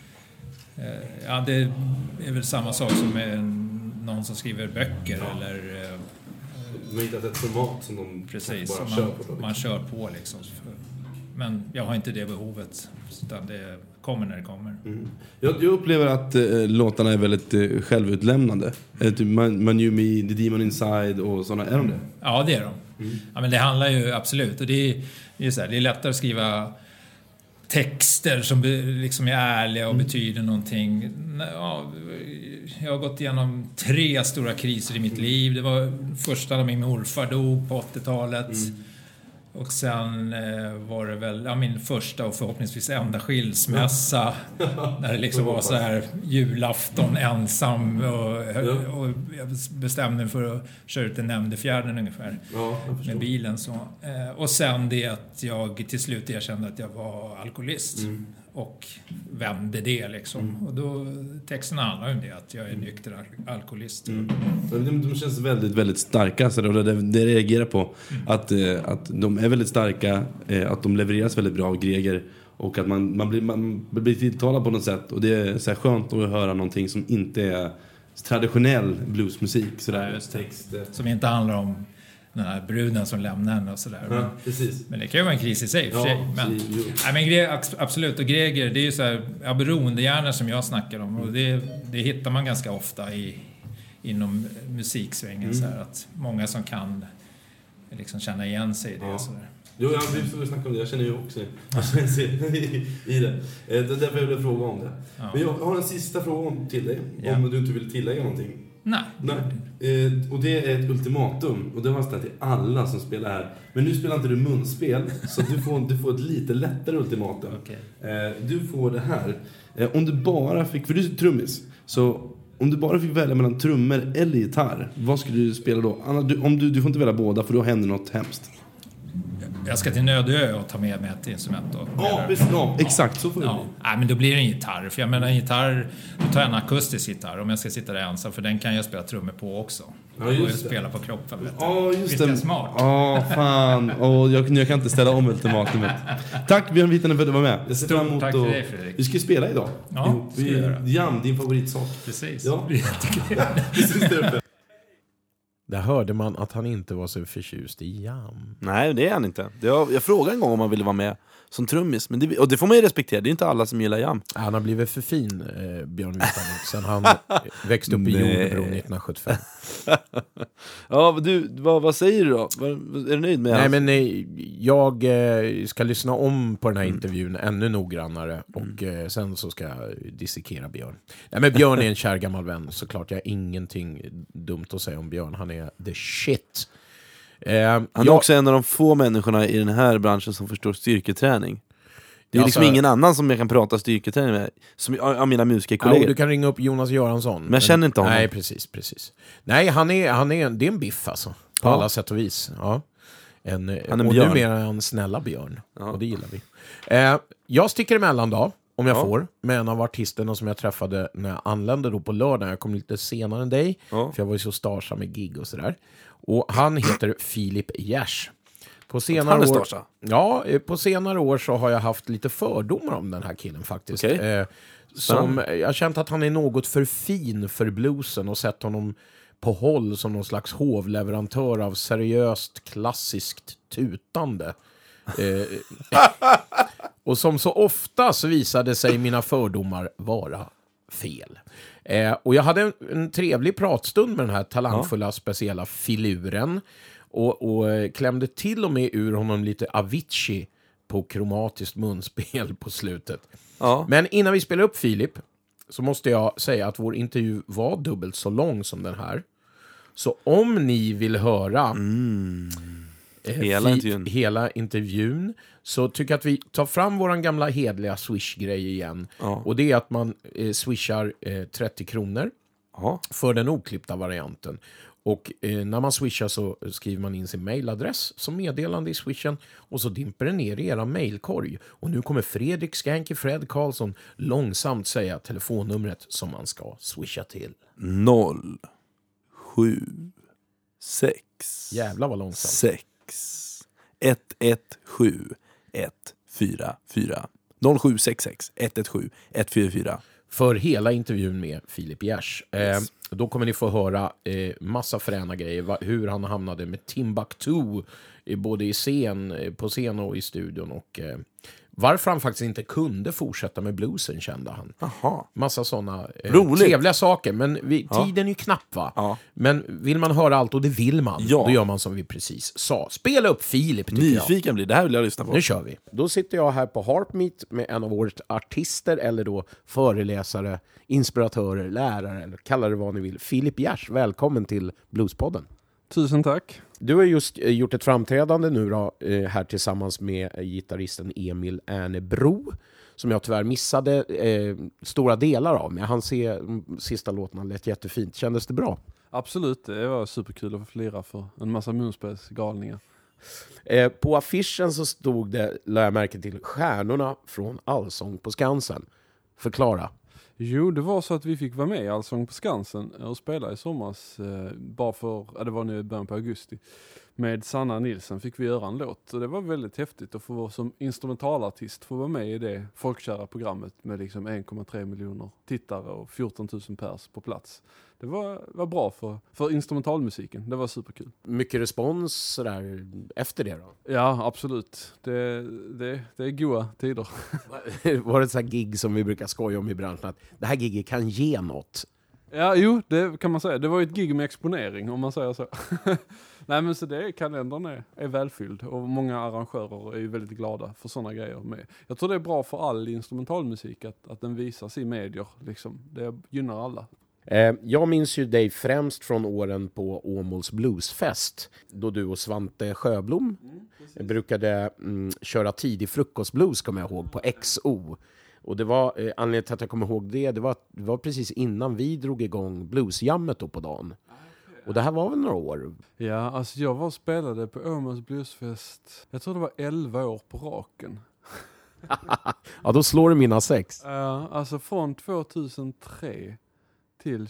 det är väl samma sak som med någon som skriver böcker eller... De har hittat ett format som de precis, bara kör på. Man kör på liksom. Men jag har inte det behovet, utan det kommer när det kommer. Jag upplever att låtarna är väldigt självutlämnande. Man You Me, The Demon Inside och sådana. Är de det? Ja, det är de. Ja, men det handlar ju absolut. Och det är så här, det är lättare att skriva texter som liksom är ärliga och betyder någonting. Ja, jag har gått igenom 3 stora kriser i mitt liv. Det var första när min morfar dog på 80-talet. Och sen var det väl min första och förhoppningsvis enda skilsmässa. När det liksom var så här julafton ensam. Och jag bestämde mig för att köra ut till Nämndefjärden ungefär. Med bilen så. Och sen det att jag till slut erkände att jag var alkoholist. Och vände det liksom. Och då, texterna handlar om det, att jag är nykter alkoholist. De känns väldigt, väldigt starka. Så det reagerar på att de är väldigt starka, att de levereras väldigt bra av Greger. Och att man blir tilltalad på något sätt. Och det är så här skönt att höra någonting som inte är traditionell bluesmusik. Sådär. Text. Som inte handlar om den här bruden som lämnar henne och sådär. Ja, men det kan ju vara en kris i sig för sig. Men absolut, och Greger, det är ju så här beroendehjärnor som jag snackar om. Och det hittar man ganska ofta inom musiksvängen. Så här, att många som kan liksom känna igen sig i det. Så där. Jo, jag vill snacka om det. Jag känner ju också i det. Det är därför jag vill fråga om det. Ja. Men jag har en sista fråga till dig. Om du inte vill tillägga någonting. Nej. Och det är ett ultimatum. Och det har jag ställt till alla som spelar här. Men nu spelar inte du munspel. Så du får ett lite lättare ultimatum. Du får det här. Om du bara fick... För du är trummis. Så om du bara fick välja mellan trummor eller gitarr. Vad skulle du spela då? Anna, du får inte välja båda. För då händer något hemskt. Jag ska till Nödö och ta med mig ett instrument då. Exakt, så får det bli. Nej, men då blir det en gitarr. För jag menar en gitarr, då tar jag en akustisk gitarr om jag ska sitta där ensam. För den kan jag spela trummor på också. Och jag spela på kroppen. Just det. Är smart. Fan. Jag kan inte ställa om ultimatumet. Tack Björn Viitanen för att du var med. Jag ser fram emot tack för dig, Fredrik. Vi ska spela idag. Ja, ska vi göra. Jam, din favoritsak. Precis. Ja. Där hörde man att han inte var så förtjust i jam. Nej, det är han inte. Jag frågade en gång om han ville vara med som trummis. Men det får man ju respektera. Det är inte alla som gillar jam. Han har blivit för fin, Björn Viitanen, sen han växte upp i Jordbro 1975. Ja, vad säger du då? Är du nöjd med jag ska lyssna om på den här intervjun ännu noggrannare. Och sen så ska jag dissekera Björn. Nej, men Björn är en kär gammal vän. Såklart, jag har ingenting dumt att säga om Björn. Han är the shit. Han är också en av de få människorna i den här branschen som förstår styrketräning. Det är liksom ingen annan som jag kan prata styrketräning med som av mina musikerkollegor. Ja, du kan ringa upp Jonas Göransson. Men jag känner inte honom. Nej, precis. Nej, det är en biff alltså. På alla sätt och vis. Ja. Han är en björn. Och numera är en snälla björn. Ja. Och det gillar vi. Jag sticker emellan då, om jag får, med en av artisterna som jag träffade när jag anlände då på lördag. Jag kom lite senare än dig, för jag var ju så starsam med gig och sådär. Och han heter Filip Gers. På senare år så har jag haft lite fördomar om den här killen faktiskt. Jag har känt att han är något för fin för bluesen och sett honom på håll som någon slags hovleverantör av seriöst klassiskt tutande. Och som så ofta så visade sig mina fördomar vara fel. Och jag hade en trevlig pratstund med den här talangfulla speciella filuren och klämde till och med ur honom lite Avicii på kromatiskt munspel på slutet. Ja. Men innan vi spelar upp Filip så måste jag säga att vår intervju var dubbelt så lång som den här. Så om ni vill höra hela intervjun så tycker jag att vi tar fram våran gamla hedliga Swish-grej igen. Ja. Och det är att man swishar 30 kronor för den oklippta varianten. Och när man swishar så skriver man in sin mailadress som meddelande i swishen och så dimper den ner i era mailkorg. Och nu kommer Fredrik Skanky Fred Karlsson långsamt säga telefonnumret som man ska swisha till. 076 Jävlar vad långsamt. 6 117 144 0766 117 144. För hela intervjun med Filip Gers. Då kommer ni få höra massa fräna grejer. Hur han hamnade med Timbuktu både på scen och i studion. Och varför han faktiskt inte kunde fortsätta med bluesen kände han. Aha. Massa sådana trevliga saker. Men tiden är ju knapp va? Ja. Men vill man höra allt och det vill man. Ja. Då gör man som vi precis sa. Spela upp Filip tycker Nyfiken blir det här vill jag lyssna på. Nu kör vi. Då sitter jag här på Harpmeet med en av årets artister eller då föreläsare, inspiratörer, lärare eller kalla det vad ni vill. Filip Gers, välkommen till Bluespodden. Tusen tack. Du har just gjort ett framträdande nu då, här tillsammans med gitarristen Emil Ernebro som jag tyvärr missade stora delar av. Men han ser sista låtarna lät jättefint. Kändes det bra? Absolut, det var superkul att få flera för en massa munspelsgalningar. På affischen så stod det, lade jag märke till, stjärnorna från Allsång på Skansen. Förklara. Jo, det var så att vi fick vara med i Allsång på Skansen och spela i somras. Bara för, det var nu i början på augusti. Med Sanna Nilsson fick vi göra en låt. Och det var väldigt häftigt att få som instrumentalartist få vara med i det folkkära programmet med liksom 1,3 miljoner tittare och 14 000 pers på plats. Det var bra för instrumentalmusiken. Det var superkul. Mycket respons där efter det då? Ja, absolut. Det är goda tider. Var det ett sånt här gig som vi brukar skoja om i branschen att det här giget kan ge något? Ja, jo, det kan man säga. Det var ju ett gig med exponering om man säger så. Nej, men så kalendern är välfylld och många arrangörer är ju väldigt glada för sådana grejer med. Jag tror det är bra för all instrumentalmusik att den visas i medier. Liksom. Det gynnar alla. Jag minns ju dig främst från åren på Åmåls Bluesfest då du och Svante Sjöblom brukade köra tidig frukostblues kommer jag ihåg på XO. Och det var anledningen till att jag kommer ihåg det var precis innan vi drog igång bluesjammet då på dagen. Och det här var väl några år? Ja, alltså jag var och spelade på Åmåls Bluesfest. Jag tror det var 11 år på raken. Ja, då slår du mina 6. Alltså från 2003 till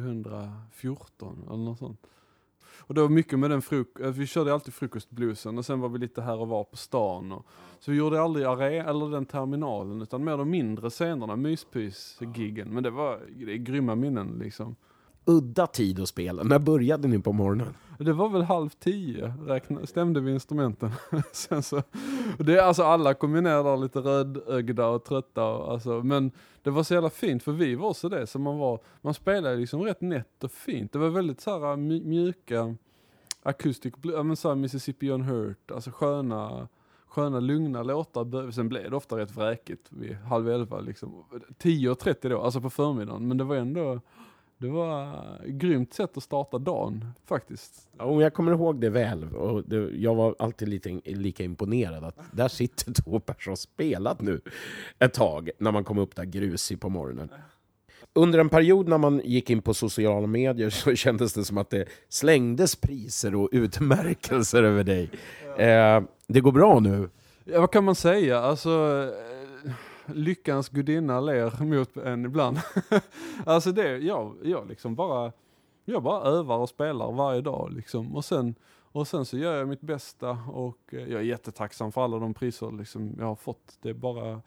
2014 eller något sånt. Och det var mycket med den vi körde alltid frukostbluesen och sen var vi lite här och var på stan. Så vi gjorde aldrig eller den terminalen utan mer de mindre scenerna, myspys-giggen. Men det är grymma minnen liksom. Udda tid att spela. När började ni på morgonen? Det var väl 9:30 stämde vi instrumenten. Sen så, alltså alla kom ner där lite rödögda och trötta. Alltså, men det var så jävla fint för vi var så det. Så man spelade liksom rätt nätt och fint. Det var väldigt så här mjuka akustik, så här Mississippi Unhurt. Alltså sköna lugna låtar. Sen blev det ofta rätt vräkigt vid 10:30 liksom. 10:30 då, alltså på förmiddagen. Men det var ändå... Det var ett grymt sätt att starta dagen, faktiskt. Ja, jag kommer ihåg det väl. Och jag var alltid lika imponerad att där sitter 2 personer spelat nu ett tag när man kom upp där grusig på morgonen. Under en period när man gick in på sociala medier så kändes det som att det slängdes priser och utmärkelser över dig. Det går bra nu? Ja, vad kan man säga? Alltså... Lyckans gudinna ler mot en ibland. Alltså jag liksom bara övar och spelar varje dag liksom. Och sen så gör jag mitt bästa och jag är jättetacksam för alla de priser liksom jag har fått. Det är bara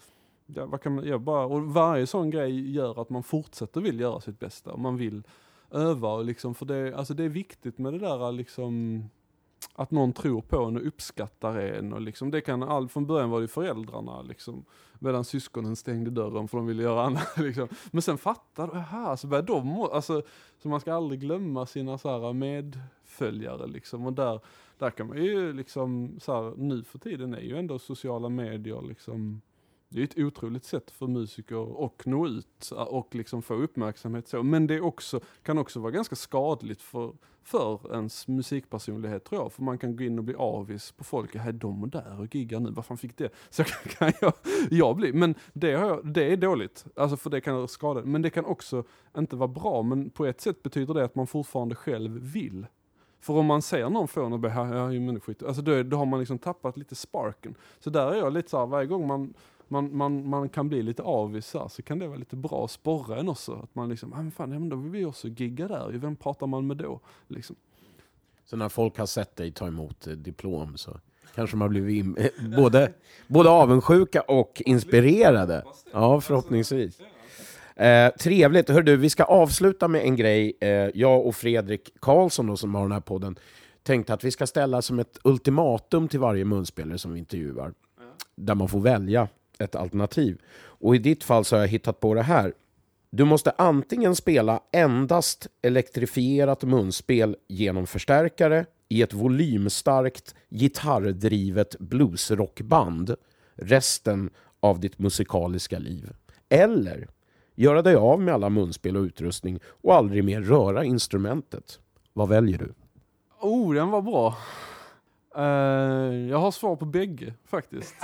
och varje sån grej gör att man fortsätter vill göra sitt bästa och man vill öva liksom för det är viktigt med det där liksom att någon tror på en och uppskattar en. Och liksom, det kan från början var det föräldrarna liksom, medan syskonen stängde dörren för de ville göra annat. Liksom. Men sen fattar så börjar de, alltså, så man ska aldrig glömma sina så här, medföljare. Liksom. Och där kan man ju liksom, så här, nu för tiden är ju ändå sociala medier liksom, det är ett otroligt sätt för musiker att nå ut och liksom få uppmärksamhet så. Men det kan också vara ganska skadligt för ens musikpersonlighet, tror jag. För man kan gå in och bli avis på folk. Hej, de och där och giggar nu. Vad fan fick det? Så kan jag bli. Men det är dåligt. Alltså, för det kan skada. Men det kan också inte vara bra. Men på ett sätt betyder det att man fortfarande själv vill. För om man ser någon få och bara, men skit. Alltså då har man liksom tappat lite sparken. Så där är jag lite så här, varje gång man kan bli lite avis så kan det vara lite bra att sporra en också. Att man liksom, men då vill vi också gigga där. Vem pratar man med då? Liksom. Så när folk har sett dig ta emot diplom så kanske man blir både avundsjuka och inspirerade. Ja, förhoppningsvis. Trevligt. Hör du, vi ska avsluta med en grej. Jag och Fredrik Karlsson då, som har den här podden, tänkte att vi ska ställa som ett ultimatum till varje munspelare som vi intervjuar. Där man får välja ett alternativ. Och i ditt fall så har jag hittat på det här. Du måste antingen spela endast elektrifierat munspel genom förstärkare i ett volymstarkt gitarrdrivet bluesrockband resten av ditt musikaliska liv. Eller göra dig av med alla munspel och utrustning och aldrig mer röra instrumentet. Vad väljer du? Den var bra. Jag har svar på bägge faktiskt.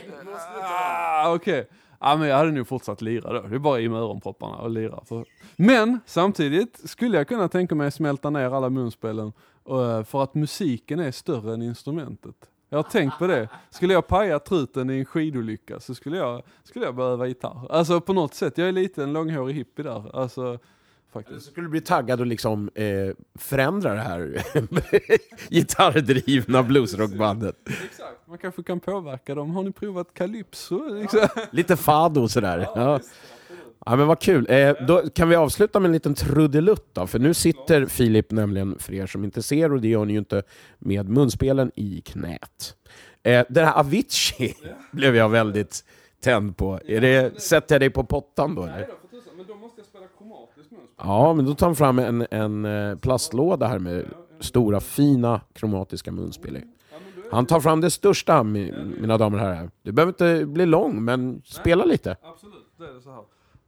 Okej. Ja, men jag hade nog fortsatt lira då. Det är bara i med öronpropparna och lira. Men samtidigt skulle jag kunna tänka mig att smälta ner alla munspelen för att musiken är större än instrumentet. Jag har tänkt på det. Skulle jag paja truten i en skidolycka så skulle jag behöva gitarr. Alltså på något sätt. Jag är lite en långhårig hippie där. Alltså faktiskt. Så skulle du bli taggad och liksom förändra det här gitarrdrivna bluesrockbandet. Exakt. Man kanske kan påverka dem. Har ni provat Calypso? Liksom? Lite fado sådär. Ja, men vad kul. Då kan vi avsluta med en liten trudelutt då. För nu sitter Filip nämligen, för er som inte ser, och det gör ni ju inte, med munspelen i knät. Den här Avicii blev jag väldigt tänd på. Sätter jag dig på pottan då? Eller? Nej då, men då måste jag spela kromatiskt munspel. Ja, men då tar han fram en plastlåda här med stora, fina kromatiska munspel i. Han tar fram det största, mina damer och herrar. Du behöver inte bli lång, men spela lite. Absolut, det är så här.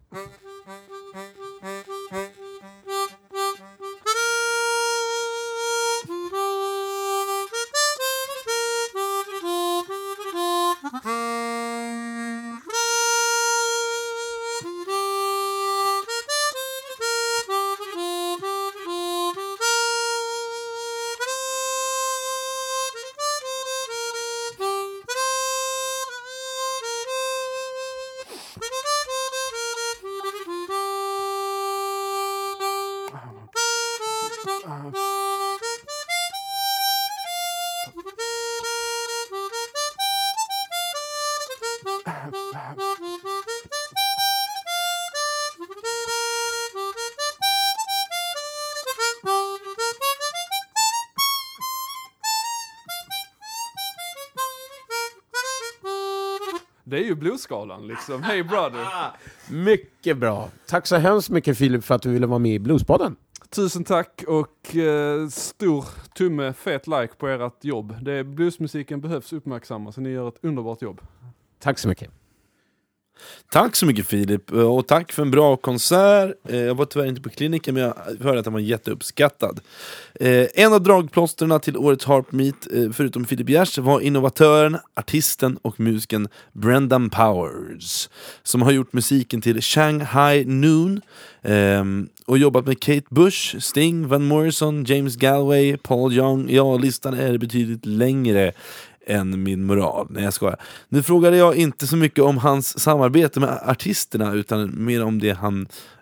Det är ju bluesskalan liksom. Hey brother. Mycket bra. Tack så hemskt mycket Filip för att du ville vara med i Bluespodden. Tusen tack och stor tumme, fet like på ert jobb. Bluesmusiken behövs uppmärksammas så ni gör ett underbart jobb. Tack så mycket. Tack så mycket Filip, och tack för en bra konsert. Jag var tyvärr inte på kliniken, men jag hörde att den var jätteuppskattad. En av dragplåsterna till årets Harp Meet, förutom Filip Gers, var innovatören, artisten och musiken Brendan Powers, som har gjort musiken till Shanghai Noon och jobbat med Kate Bush, Sting, Van Morrison, James Galway, Paul Young. Ja, listan är betydligt längre än min moral. Nej, jag skojar. Nu frågade jag inte så mycket om hans samarbete med artisterna, utan mer om det han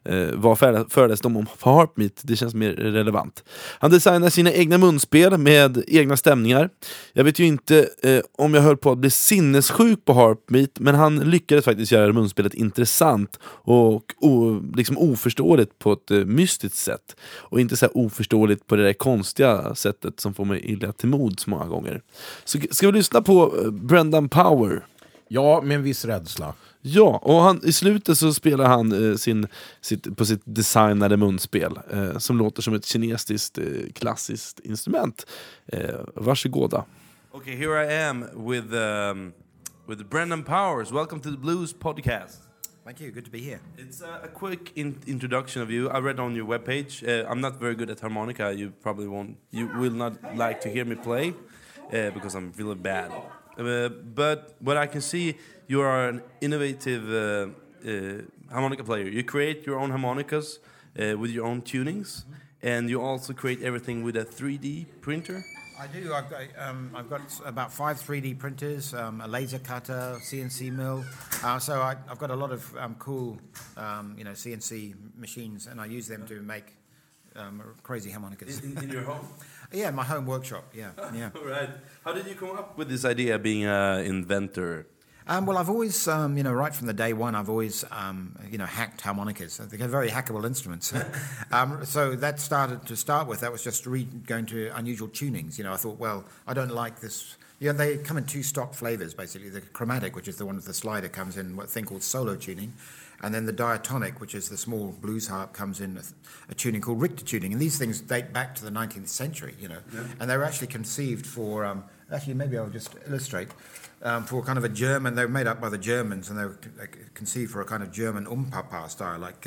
vad föreläste de om på Harp Meet? Det känns mer relevant. Han designar sina egna munspel med egna stämningar. Jag vet ju inte om jag höll på att bli sinnessjuk på Harp Meet, men han lyckades faktiskt göra munspelet intressant och liksom oförståeligt på ett mystiskt sätt. Och inte så här oförståeligt på det där konstiga sättet som får mig illa till mods många gånger. Så ska vi lyssna på Brendan Power? Ja, med en viss rädsla. Ja, och i slutet så spelar han på sitt designade munspel som låter som ett kinesiskt klassiskt instrument. Varsågoda. Okay, here I am with Brendan Powers. Welcome to the Blues Podcast. Thank you, good to be here. It's a quick introduction of you. I read on your webpage. I'm not very good at harmonica. You will not like to hear me play because I'm really bad. But what I can see, you are an innovative harmonica player. You create your own harmonicas with your own tunings, and you also create everything with a 3D printer. I do. I've got about 5 3D printers, a laser cutter, CNC mill. So I've got a lot of cool, CNC machines, and I use them to make crazy harmonicas. In your home? Yeah, my home workshop. Yeah. All right. How did you come up with this idea, being an inventor? Well, I've always, right from the day one, I've always, hacked harmonicas. They're very hackable instruments. So that that was just going to unusual tunings. I thought, well, I don't like this. They come in 2 stock flavors, basically. The chromatic, which is the one with the slider, comes in a thing called solo tuning. And then the diatonic, which is the small blues harp, comes in a tuning called Richter tuning. And these things date back to the 19th century, Yeah. And they were actually conceived for, maybe I'll just illustrate, for kind of a German, they were made up by the Germans, and they were conceived for a kind of German umpapa style, like...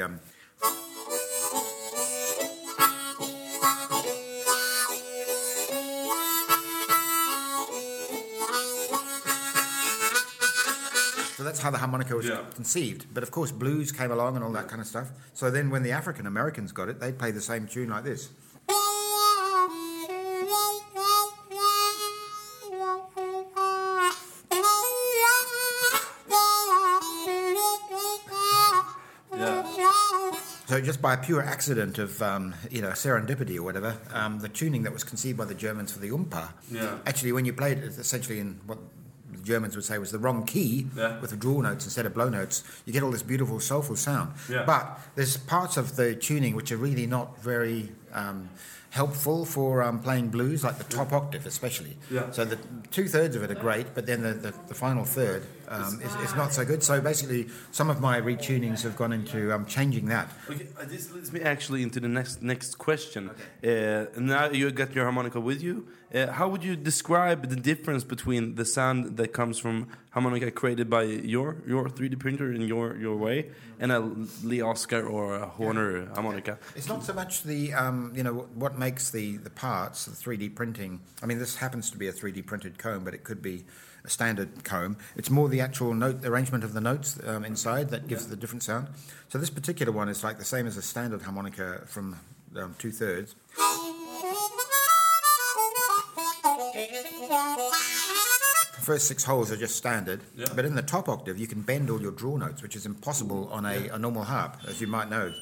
So that's how the harmonica was conceived. But of course, blues came along and all that kind of stuff. So then when the African Americans got it, they'd play the same tune like this. So just by a pure accident of, serendipity or whatever, the tuning that was conceived by the Germans for the umpa, actually when you played it essentially in what the Germans would say was the wrong key, with the draw notes instead of blow notes, you get all this beautiful soulful sound. But there's parts of the tuning which are really not very helpful for playing blues, like the top octave especially. So the 2/3 of it are great, but then the final third is not so good. So basically, some of my retunings have gone into changing that. Okay, this leads me actually into the next question. Now you got your harmonica with you. How would you describe the difference between the sound that comes from harmonica created by your 3D printer in your way and a Lee Oscar or a Horner harmonica? It's not so much the what makes the parts, the 3D printing. I mean, this happens to be a 3D printed comb, but it could be a standard comb. It's more the actual note arrangement of the notes inside that gives the different sound. So this particular one is like the same as a standard harmonica from 2/3. The first 6 holes are just standard, but in the top octave you can bend all your draw notes, which is impossible on a normal harp, as you might know.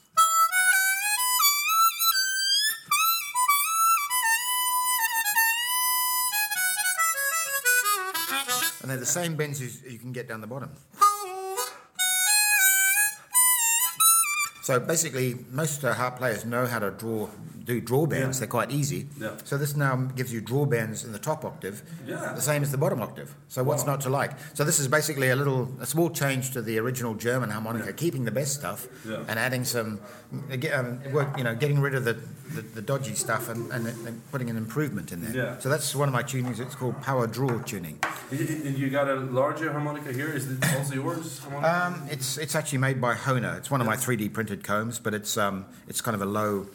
And they're the same bends you can get down the bottom. So basically, most harp players know how to do draw bends. They're quite easy. So this now gives you draw bends in the top octave, the same as the bottom octave. So what's not to like? So this is basically a small change to the original German harmonica, keeping the best stuff and adding some, getting rid of the dodgy stuff and putting an improvement in there. So that's one of my tunings. It's called power draw tuning. You got a larger harmonica here. Is it also yours? It's actually made by Hohner. It's one of my 3D printed combs, but it's kind of a low,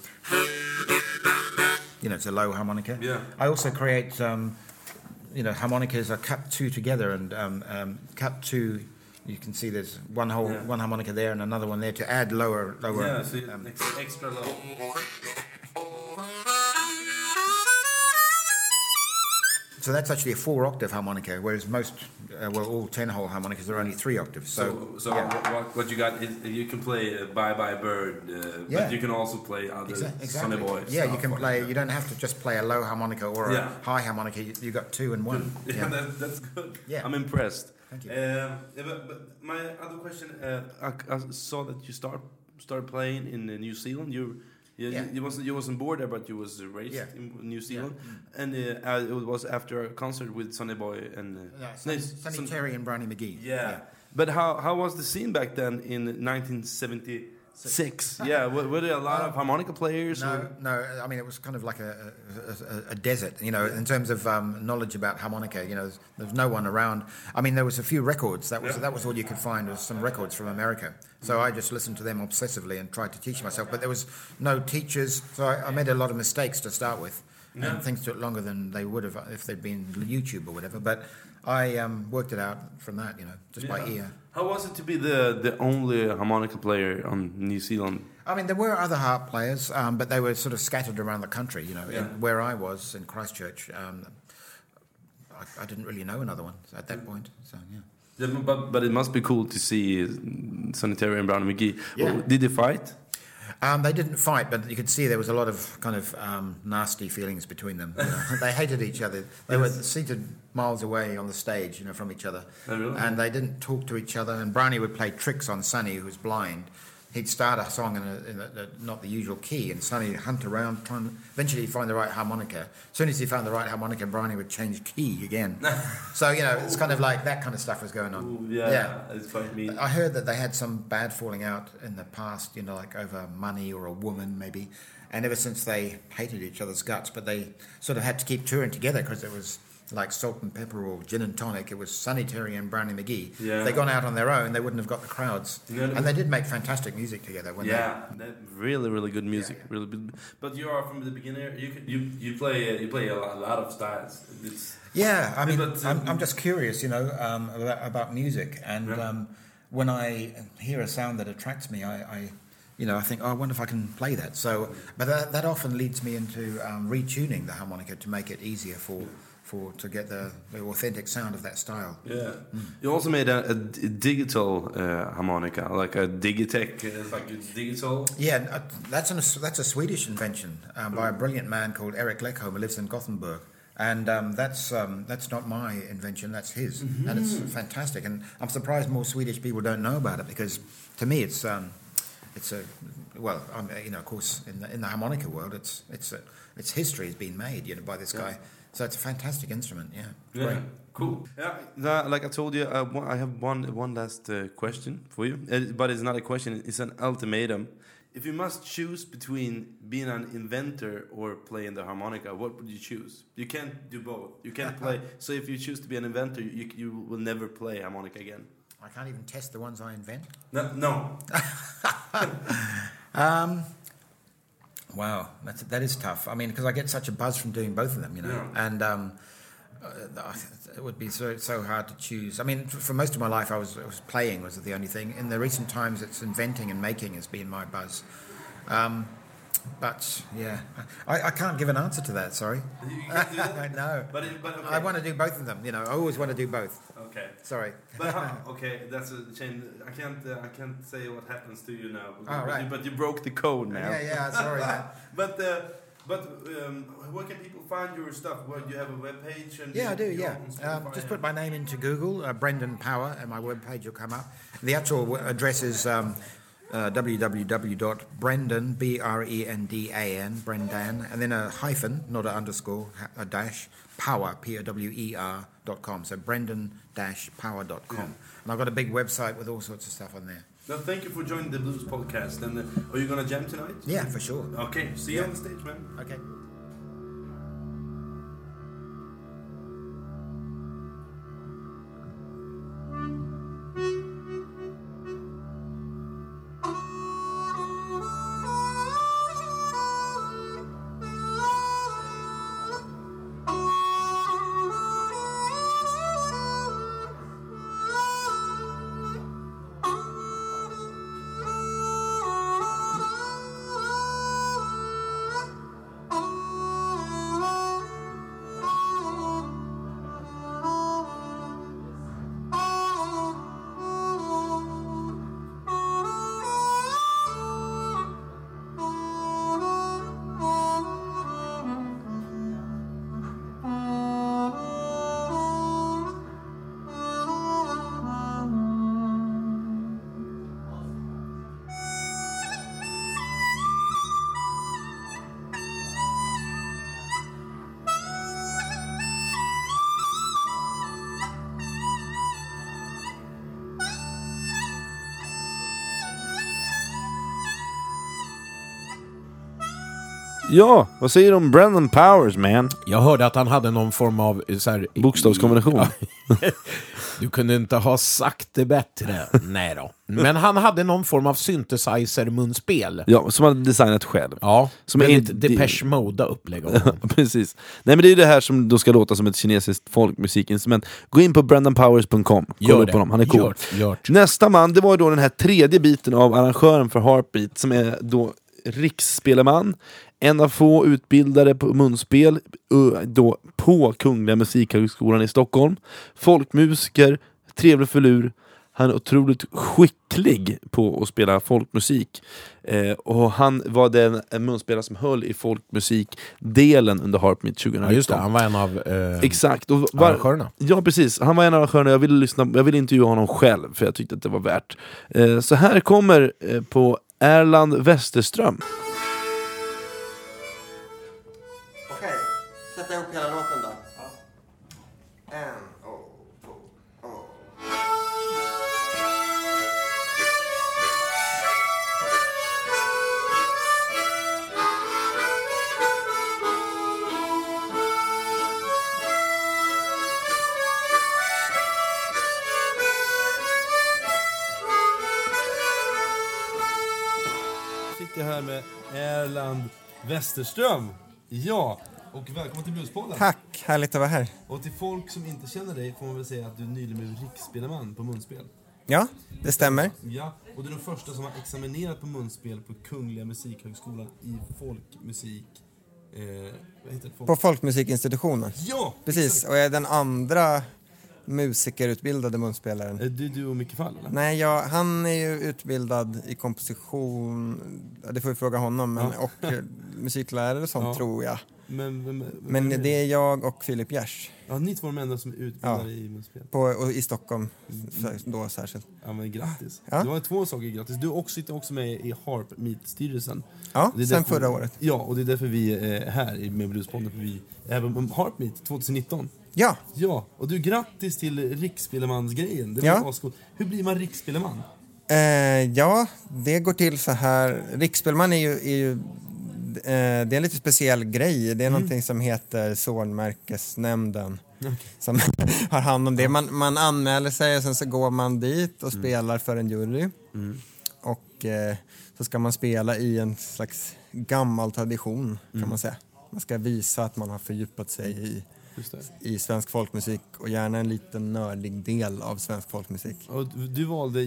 it's a low harmonica. I also create, harmonicas are cut 2 together and cut 2. You can see there's one harmonica there and another one there to add lower. Yeah, so extra low. So that's actually a 4-octave harmonica, whereas most, all 10-hole harmonicas are only 3 octaves. So what you got is you can play Bye Bye Bird, but you can also play other Sonny Boy. Yeah, stuff you can play. You don't have to just play a low harmonica or a high harmonica. You got 2 in 1. Yeah, that's good. Yeah, I'm impressed. Thank you. But my other question, I saw that you started playing in New Zealand. You wasn't born there, but you was raised in New Zealand, and it was after a concert with Sonny Boy and Sonny Terry and Brownie McGee. Yeah. But how was the scene back then in 1976? Were there a lot of harmonica players? No. I mean, it was kind of like a desert, you know, in terms of knowledge about harmonica. You know, there's no one around. I mean, there was a few records. That was all you could find, was some records from America. So I just listened to them obsessively and tried to teach myself. But there was no teachers, so I made a lot of mistakes to start with. And things took longer than they would have if they'd been YouTube or whatever. But I worked it out from that, you know, just by ear. How was it to be the only harmonica player on New Zealand? I mean, there were other harp players, but they were sort of scattered around the country, you know. Where I was, in Christchurch, I didn't really know another one at that point, so But it must be cool to see Sonny Terry and Brownie McGee. Yeah. Did they fight? They didn't fight, but you could see there was a lot of kind of nasty feelings between them. You know. They hated each other. They were seated miles away on the stage, you know, from each other. Oh, really? And they didn't talk to each other. And Brownie would play tricks on Sonny, who was blind. He'd start a song in not the usual key, and Sonny would hunt around, eventually find the right harmonica. As soon as he found the right harmonica, Brownie would change key again. So, you know, it's kind of like that kind of stuff was going on. Ooh, it's quite mean. I heard that they had some bad falling out in the past, you know, like over money or a woman maybe. And ever since they hated each other's guts, but they sort of had to keep touring together because it was like Salt and Pepper or Gin and Tonic. It was Sonny Terry and Brownie McGee. Yeah. If they'd gone out on their own, they wouldn't have got the crowds. And they did make fantastic music together. Really good music. Really good. But you are from the beginner. You play a lot of styles. I mean, I'm just curious, you know, about music. And when I hear a sound that attracts me, I think, I wonder if I can play that. So, but that often leads me into retuning the harmonica to make it easier to get the authentic sound of that style. Yeah. You also made a digital harmonica, like a Digitech, like it's digital. Yeah, that's a Swedish invention by a brilliant man called Eric Leckholm, who lives in Gothenburg. And that's not my invention, that's his. Mm-hmm. And it's fantastic. And I'm surprised more Swedish people don't know about it, because to me it's of course in the harmonica world its history has been made, you know, by this guy. So it's a fantastic instrument. Great. Cool. Like I told you, I have one last question for you, but it's not a question, it's an ultimatum. If you must choose between being an inventor or playing the harmonica, what would you choose? You can't do both. You can't play. So if you choose to be an inventor, you will never play harmonica again. I can't even test the ones I invent? No. Wow, that is tough. I mean, because I get such a buzz from doing both of them, you know. Yeah. And it would be so hard to choose. I mean, for most of my life, I was playing was the only thing. In the recent times, it's inventing and making has been my buzz. But yeah, I can't give an answer to that. Sorry. You can't do that? No. But okay. I want to do both of them. You know, I always want to do both. Okay. Sorry. But okay, that's a shame. I can't say what happens to you now. But you broke the code now. Yeah. Sorry. But where can people find your stuff? Well, you have a webpage? I do. Yeah. Just put my name into Google, Brendan Power, and my webpage will come up. The actual address is www.brendan, Brendan, and then a hyphen, not an underscore, a dash, power, POWER.com. So brendan-power.com. Yeah. And I've got a big website with all sorts of stuff on there. Well, thank you for joining the Blues Podcast. And are you going to jam tonight? Yeah, for sure. Okay, see you on the stage, man. Okay. Oh Ja, vad säger du om Brandon Powers, man? Jag hörde att han hade någon form av så här, bokstavskombination. Du kunde inte ha sagt det bättre. Nej då. Men han hade någon form av synthesizer-munspel. Ja, som han hade designat själv. Ja, som är lite Depeche Mode-upplägg av honom. Precis. Nej, men det är ju det här som då ska låta som ett kinesiskt folkmusikinstrument. Gå in på brandonpowers.com. Kolla upp honom, han är cool. Gjort. Nästa man, det var då den här tredje biten av arrangören för Heartbeat, som är då riksspelman. En av få utbildade på munspel då på Kungliga Musikhögskolan i Stockholm. Folkmusiker, trevlig förlur. Han är otroligt skicklig på att spela folkmusik. Och han var den munspelare som höll i folkmusikdelen under Heartbeat 2019. Ja, just det, han var en av exakt. Och arrangörerna. Ja, precis. Han var en av arrangörerna. Jag ville intervjua honom själv, för jag tyckte att det var värt. Så här kommer på Erland Westerström. Okej, sätta ihop hela låten då. Jag här med Erland Westerström. Ja, och välkommen till Bluespodden. Tack, härligt att vara här. Och till folk som inte känner dig får man väl säga att du nyligen blev riksspelman på munspel. Ja, det stämmer. Ja, och du är den första som har examinerat på munspel på Kungliga Musikhögskolan i folkmusik. Vad heter det? På Folkmusikinstitutionen. Ja! Precis, exakt. Och jag är den andra musikerutbildade munspelaren. Är det du och Micke Fall, eller? Nej, han är ju utbildad i komposition, det får vi fråga honom, men, och musiklärare och sånt tror jag. Men det är jag och Filip Gers. Ja, ni två är de enda som är utbildade i munspel. Och i Stockholm då särskilt. Ja, men grattis. Ja. Du har två saker grattis. Du sitter också med i Heartbeat-styrelsen. Ja, sen förra året. Ja, och det är därför vi är här med Bluespodden, för vi är på Heartbeat 2019. Ja. Ja, och du, grattis till riksspelemansgrejen. Det var ascoolt. Hur blir man riksspeleman? Ja, det går till så här. Riksspelman är ju det är en lite speciell grej. Det är någonting som heter Zornmärkesnämnden som har hand om det. Man anmäler sig och sen så går man dit och spelar för en jury. Och så ska man spela i en slags gammal tradition, kan man säga. Man ska visa att man har fördjupat sig i svensk folkmusik, och gärna en liten nördig del av svensk folkmusik. Och du valde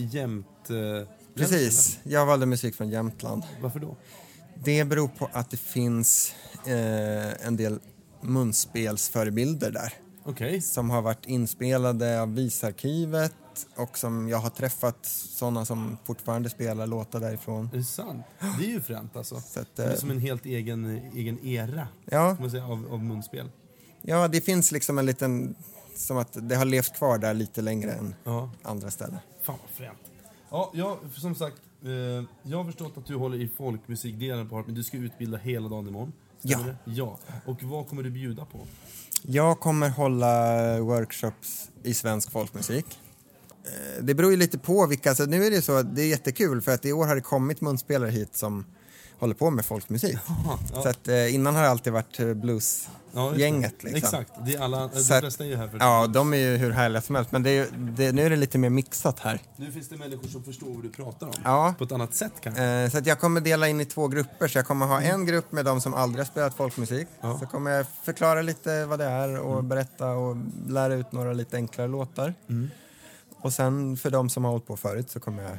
Precis, jag valde musik från Jämtland. Varför då? Det beror på att det finns en del munspelsförebilder där. Okay. Som har varit inspelade av Visarkivet, och som jag har träffat sådana som fortfarande spelar låtar därifrån. Är det sant? Det är ju fränt alltså. Så att, det är som en helt egen era, kan man säga, av munspel. Ja, det finns liksom en liten, som att det har levt kvar där lite längre än andra ställen. Fan vad fränt. Ja, som sagt, jag har förstått att du håller i folkmusikdelen på Heartbeat, men du ska utbilda hela dagen imorgon. Stämmer det? Ja. Och vad kommer du bjuda på? Jag kommer hålla workshops i svensk folkmusik. Det beror ju lite på vilka, så nu är det så, det är jättekul för att i år har det kommit munspelare hit som håller på med folkmusik. Så att innan har det alltid varit bluesgänget liksom. Exakt, det är alla, de flesta är ju här för ja, de är ju hur härliga som helst, men nu är det lite mer mixat här. Nu finns det människor som förstår vad du pratar om på ett annat sätt kanske. Så att jag kommer dela in i 2 grupper, så jag kommer ha en grupp med de som aldrig har spelat folkmusik. Så kommer jag förklara lite vad det är och berätta och lära ut några lite enklare låtar. Och sen för de som har hållit på förut så kommer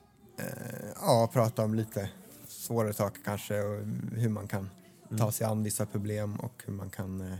jag prata om lite svårare saker kanske, och hur man kan ta sig an vissa problem, och hur man kan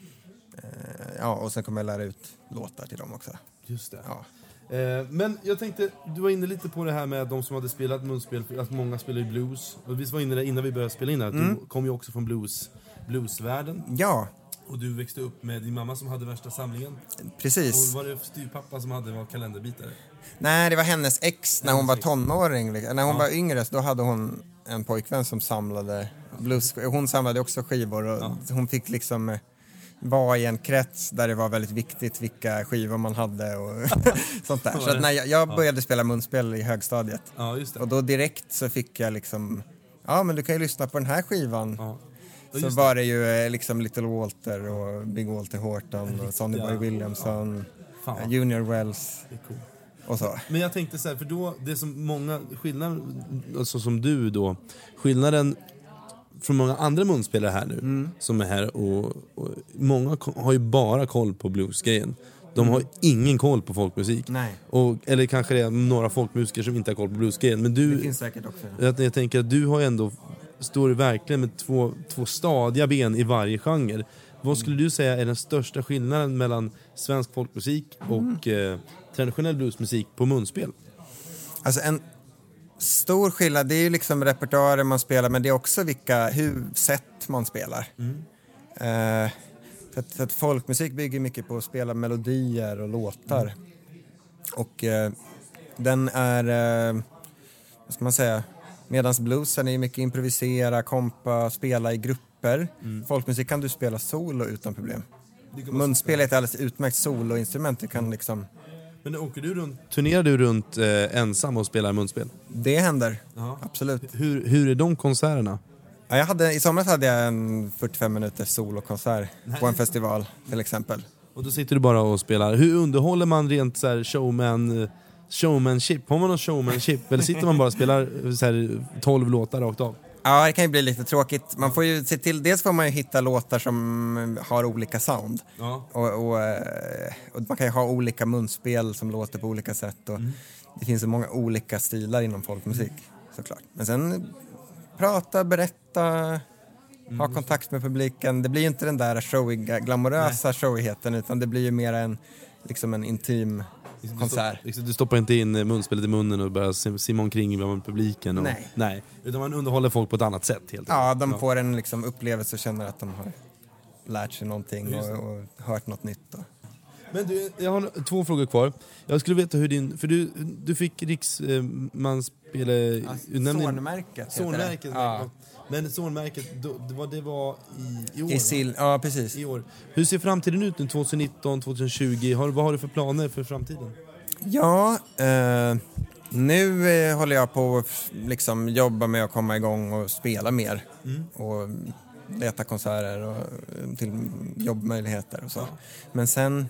och sen kommer jag lära ut låtar till dem också. Just det. Ja. Men jag tänkte, du var inne lite på det här med de som hade spelat munspel, att många spelar i blues. Och vi var inne där innan vi började spela in här, du kom ju också från bluesvärlden. Ja. Och du växte upp med din mamma som hade värsta samlingen. Precis. Och var det styrpappa som var kalenderbitare? Nej, det var hennes ex när hon var tonåring. När hon var yngre så då hade hon en pojkvän som samlade blues. Hon samlade också skivor, och hon fick liksom vara i en krets där det var väldigt viktigt vilka skivor man hade och sånt där. Så att när jag började spela munspel i högstadiet, just det. och då direkt så fick jag liksom, men du kan ju lyssna på den här skivan. så var det ju liksom Little Walter och Big Walter Horton och Sonny Boy Williamson, Junior Wells och så. Men jag tänkte så här, för då, det är som många skillnaden, alltså som du då, skillnaden från många andra munspelare här nu som är här och många har ju bara koll på bluesgrejen. De har ingen koll på folkmusik. Nej. Eller kanske det är några folkmusiker som inte har koll på bluesgrejen. Men du, det finns säkert också. Jag tänker att du har ändå, står verkligen med två stadiga ben i varje genre. Vad skulle du säga är den största skillnaden mellan svensk folkmusik och traditionell bluesmusik på munspel? Alltså en stor skillnad, det är ju liksom repertoarer man spelar, men det är också hur sätt man spelar. För att folkmusik bygger mycket på att spela melodier och låtar. Och den är, vad ska man säga, medans bluesen är mycket improvisera, kompa, spela i grupper. Folkmusik kan du spela solo utan problem. Munspel är ett alldeles utmärkt soloinstrument. Du kan liksom... Men turnerar du runt ensam och spelar munspel? Det händer, absolut. Hur är de konserterna? Ja, i somras hade jag en 45 minuters solokonsert på en festival till exempel. Och då sitter du bara och spelar. Hur underhåller man rent så här showmanship? Har man någon showmanship? Eller sitter man bara och spelar så här 12 låtar rakt av? Ja, det kan ju bli lite tråkigt. Man får ju se till, dels får man ju hitta låtar som har olika sound. Ja. Och man kan ju ha olika munspel som låter på olika sätt. Och det finns så många olika stilar inom folkmusik, såklart. Men sen prata, berätta, ha kontakt med publiken. Det blir ju inte den där showiga, glamorösa showigheten, utan det blir ju mer en intim konsert. Du stoppar inte in munspelet i munnen och börjar simma omkring bland publiken. Och, nej. Utan man underhåller folk på ett annat sätt helt enkelt. Ja, de får en upplevelse och känner att de har lärt sig någonting och hört något nytt. Men du, jag har 2 frågor kvar. Jag skulle veta hur för du fick riksmanspel... Zornmärket. Zornmärket. Ja. Men Zornmärket, det var i år? Ja, precis. I år. Hur ser framtiden ut nu, 2019, 2020? Vad har du för planer för framtiden? Ja, nu håller jag på att jobba med att komma igång och spela mer. Och leta konserter och till jobbmöjligheter och så. Men sen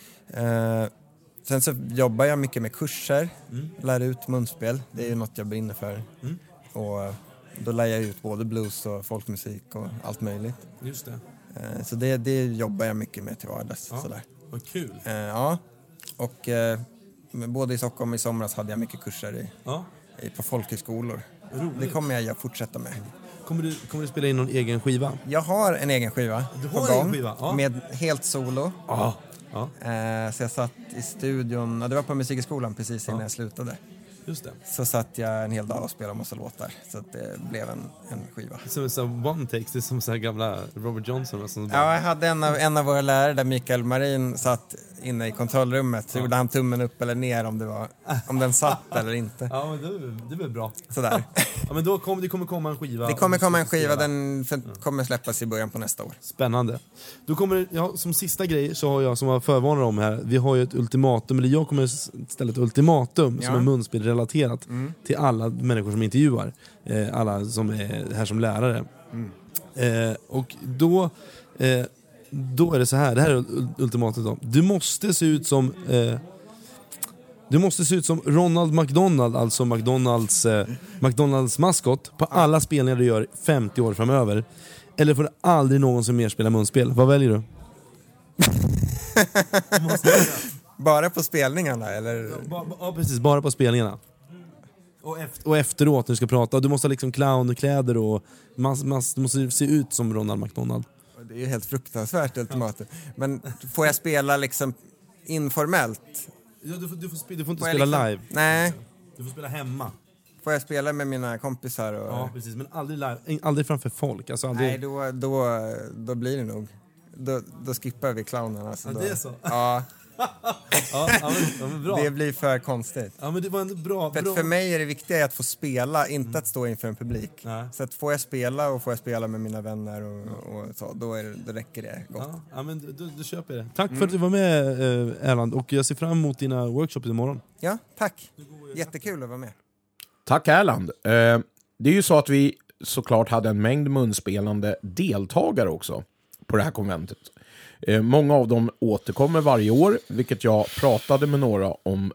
så jobbar jag mycket med kurser, lär ut munspel. Det är ju något jag brinner för. Och då lär jag ut både blues och folkmusik och allt möjligt. Just det. Så det jobbar jag mycket med till vardags. Ja, sådär. vad kul. Ja, och både i Stockholm och i somras hade jag mycket kurser på folkhögskolor. Det kommer jag fortsätta med. Kommer du spela in någon egen skiva? Jag har en egen skiva på gång med helt solo. Ja. Så jag satt i studion, det var på musikskolan precis innan jag slutade. Just det. Så satt jag en hel dag och spelade massa låtar. Så att det blev en skiva. Som så one takes, det är som så här gamla Robert Johnson. Ja, jag hade en av våra lärare där, Mikael Marin, satt inne i kontrollrummet. Så gjorde han tummen upp eller ner om den satt eller inte. Ja, men det blir bra. Sådär. Ja, men då det kommer komma en skiva. Det kommer komma en skiva, den kommer släppas i början på nästa år. Spännande. Då kommer som sista grej så har jag, som var förvarnad om här, vi har ju ett ultimatum, eller jag kommer ställa ett ultimatum som är munspelrelaterat till alla människor som intervjuar. Alla som är här som lärare. Och då är det så här, det här är ultimatet då. Du måste se ut som Ronald McDonald, alltså McDonalds maskot på alla spelningar du gör 50 år framöver. Eller får du aldrig någonsin mer spela munspel? Vad väljer du? Bara på spelningarna, eller? Ja, precis. Bara på spelningarna. Och efteråt när du ska prata. Du måste ha clownkläder och du måste se ut som Ronald McDonald. Det är ju helt fruktansvärt ultimatum. Men får jag spela informellt? Ja, du får inte spela live. Nej. Du får spela hemma. Får jag spela med mina kompisar? Ja, precis. Men aldrig live. Aldrig framför folk. Alltså, aldrig... Nej, då blir det nog. Då skippar vi clownen. Alltså, det är så? Ja. men bra. Det blir för konstigt. Ja, men det var en bra. För mig är det viktiga att få spela, inte att stå inför en publik. Så att får jag spela med mina vänner och så, då räcker det gott. Ja, men du köper det. Tack för att du var med, Erland, och jag ser fram emot dina workshops imorgon. Ja, tack. Jättekul att vara med. Tack, Erland. Det är ju så att vi såklart hade en mängd munspelande deltagare också på det här konventet. Många av dem återkommer varje år, vilket jag pratade med några om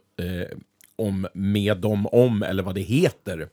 eller vad det heter.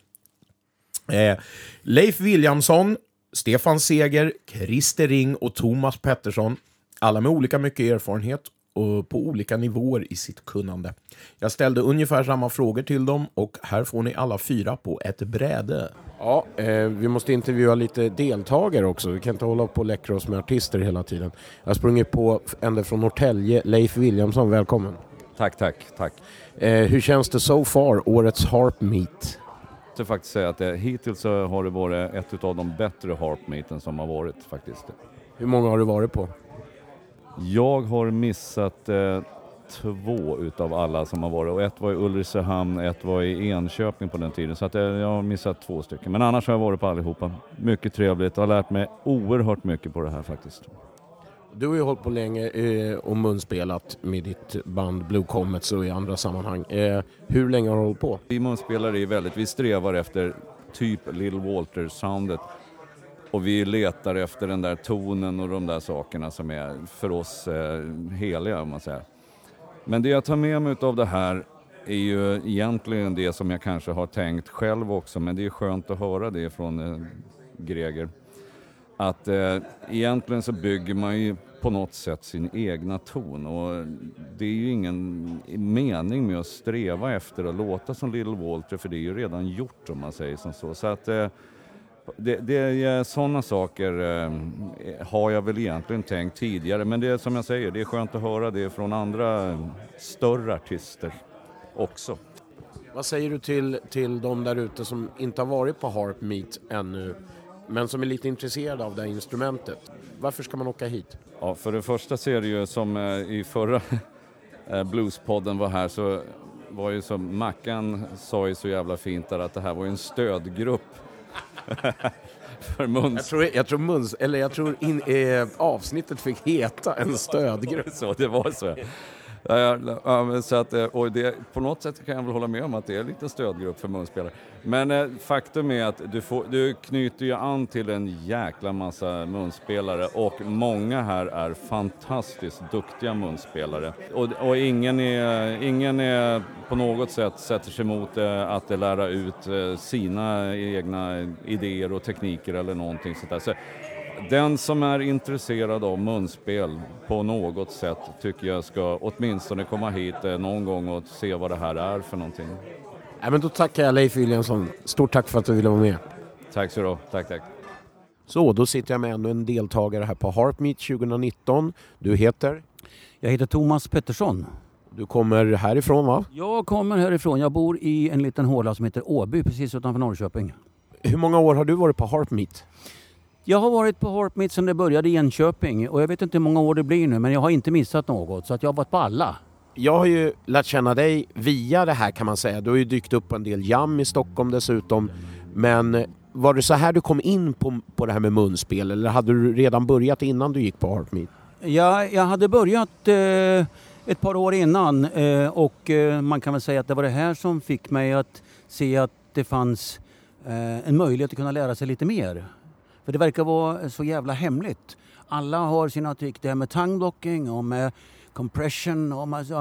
Leif Williamson, Stefan Seger, Christer Ring och Thomas Pettersson. Alla med olika mycket erfarenhet och på olika nivåer i sitt kunnande. Jag ställde ungefär samma frågor till dem och här får ni alla 4 på ett bräde. Ja, vi måste intervjua lite deltagare också. Vi kan inte hålla på och läckra oss med artister hela tiden. Jag har sprungit på ända från Norrtälje. Leif Williamson, välkommen. Tack. Hur känns det so far, årets Harp Meet? Jag vill faktiskt säga att hittills så har det varit ett av de bättre Harp Meeten som har varit faktiskt. Hur många har du varit på? Jag har missat 2 utav alla som har varit. Och ett var i Ulricehamn, ett var i Enköping på den tiden. Så att jag har missat 2 stycken. Men annars har jag varit på allihopa. Mycket trevligt och har lärt mig oerhört mycket på det här faktiskt. Du har ju hållit på länge och munspelat med ditt band Blue Comets och i andra sammanhang. Hur länge har du hållit på? Vi munspelare är vi strävar efter typ Little Walter-soundet. Och vi letar efter den där tonen och de där sakerna som är för oss heliga, om man säger. Men det jag tar med mig av det här är ju egentligen det som jag kanske har tänkt själv också. Men det är skönt att höra det från Greger. Att egentligen så bygger man ju på något sätt sin egna ton. Och det är ju ingen mening med att sträva efter att låta som Little Walter. För det är ju redan gjort, om man säger som så. Så att... sådana saker har jag väl egentligen tänkt tidigare. Men det är som jag säger, det är skönt att höra det från andra större artister också. Vad säger du till de där ute som inte har varit på Harp Meet ännu, men som är lite intresserade av det här instrumentet? Varför ska man åka hit? Ja, för det första ser det ju som i förra Bluespodden var här, så var ju som Mackan sa ju så jävla fint där, att det här var en stödgrupp. För Muns. Jag tror avsnittet fick heta en stödgrupp. Så det var så. Så att, och det, på något sätt kan jag väl hålla med om att det är lite stödgrupp för munspelare. Men faktum är att du knyter ju an till en jäkla massa munspelare, och många här är fantastiskt duktiga munspelare. Och ingen är på något sätt sätter sig emot att lära ut sina egna idéer och tekniker eller någonting sånt där. Så den som är intresserad av munspel på något sätt tycker jag ska åtminstone komma hit någon gång och se vad det här är för någonting. Ja, men då tackar jag Leif Williamson. Stort tack för att du ville vara med. Tack så du. Tack. Så, då sitter jag med ännu en deltagare här på Harp Meet 2019. Du heter? Jag heter Thomas Pettersson. Du kommer härifrån, va? Jag kommer härifrån. Jag bor i en liten håla som heter Åby, precis utanför Norrköping. Hur många år har du varit på Harp Meet? Jag har varit på Harp Meet sedan det började i Enköping. Och jag vet inte hur många år det blir nu, men jag har inte missat något. Så att jag har varit på alla. Jag har ju lärt känna dig via det här, kan man säga. Du har ju dykt upp en del jam i Stockholm dessutom. Men var det så här du kom in på det här med munspel? Eller hade du redan börjat innan du gick på Harp Meet? Ja, jag hade börjat ett par år innan. Och man kan väl säga att det var det här som fick mig att se att det fanns en möjlighet att kunna lära sig lite mer. För det verkar vara så jävla hemligt. Alla har sina trick. Det här med tongue blocking och med compression.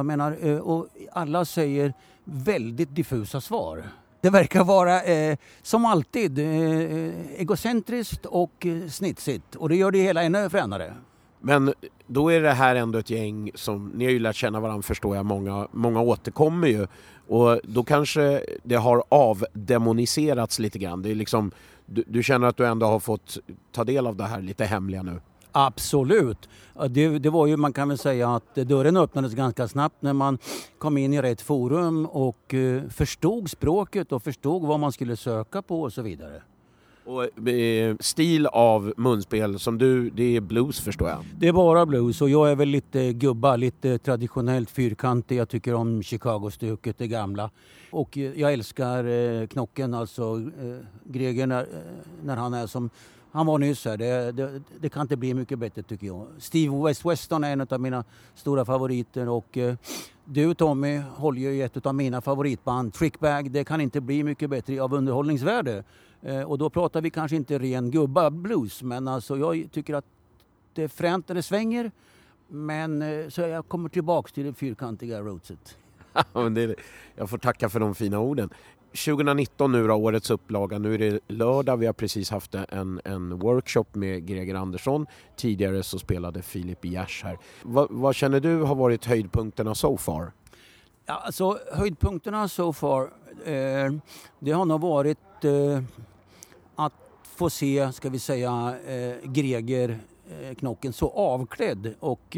Och alla säger väldigt diffusa svar. Det verkar vara som alltid egocentriskt och snitsigt. Och det gör det hela ännu fränare. Men då är det här ändå ett gäng som, ni har ju lärt känna varandra, förstår jag, många återkommer ju. Och då kanske det har avdemoniserats lite grann. Det är liksom, du känner att du ändå har fått ta del av det här lite hemliga nu? Absolut. Det var ju, man kan väl säga att dörren öppnades ganska snabbt när man kom in i rätt forum och förstod språket och förstod vad man skulle söka på och så vidare. Och stil av munspel som det är blues, förstår jag. Det är bara blues, och jag är väl lite gubba, lite traditionellt fyrkantig. Jag tycker om Chicago-stuket, det gamla. Och jag älskar knocken, alltså Greger när han är som Han var nyss här. Det kan inte bli mycket bättre tycker jag. Steve Weston är en av mina stora favoriter och du Tommy håller ju i ett av mina favoritband, Trickbag. Det kan inte bli mycket bättre av underhållningsvärde. Och då pratar vi kanske inte ren gubba blues, men alltså jag tycker att det är fränt när det svänger. Men så jag kommer tillbaks till det fyrkantiga rootset. Jag får tacka för de fina orden. 2019 nu då, årets upplaga. Nu är det lördag. Vi har precis haft en workshop med Greger Andersson. Tidigare så spelade Filip Gers här. Vad känner du har varit höjdpunkterna so far? Ja, alltså höjdpunkterna so far, det har nog varit att få se, ska vi säga, Greger Knocken så avklädd och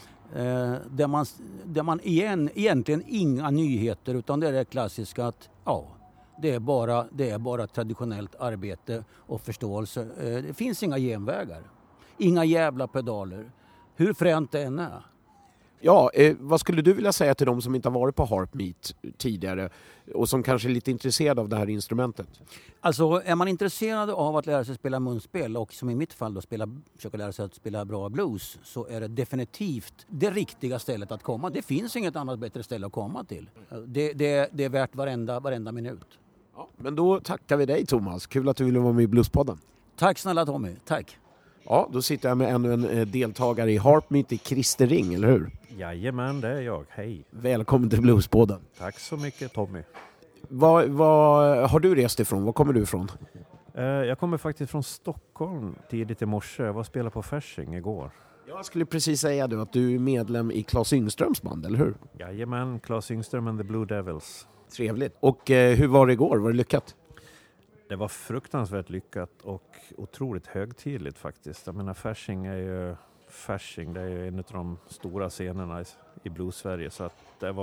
där man egentligen inga nyheter, utan det är det klassiska att det är bara traditionellt arbete och förståelse. Det finns inga genvägar. Inga jävla pedaler. Hur fränt det än är. Ja, vad skulle du vilja säga till de som inte har varit på Harp Meet tidigare och som kanske är lite intresserade av det här instrumentet? Alltså är man intresserad av att lära sig spela munspel och som i mitt fall då försöka lära sig att spela bra blues, så är det definitivt det riktiga stället att komma. Det finns inget annat bättre ställe att komma till. Det är värt varenda minut. Ja, men då tackar vi dig Thomas. Kul att du ville vara med i Bluespodden. Tack snälla Tommy, tack. Ja, då sitter jag med ännu en deltagare i Harp Meet, i Christer Ring, eller hur? Jajamän, det är jag. Hej. Välkommen till Bluespodden. Tack så mycket Tommy. Vad har du rest ifrån? Var kommer du ifrån? Jag kommer faktiskt från Stockholm tidigt i morse. Jag var och spelade på Fasching igår. Jag skulle precis säga att du är medlem i Claes Yngströms band, eller hur? Jajamän, Claes Yngström and the Blue Devils. Trevligt. Och hur var det igår? Var det lyckat? Det var fruktansvärt lyckat och otroligt högtidligt faktiskt. Jag menar, Fasching är ju en av de stora scenerna i Blues-Sverige. Så att jag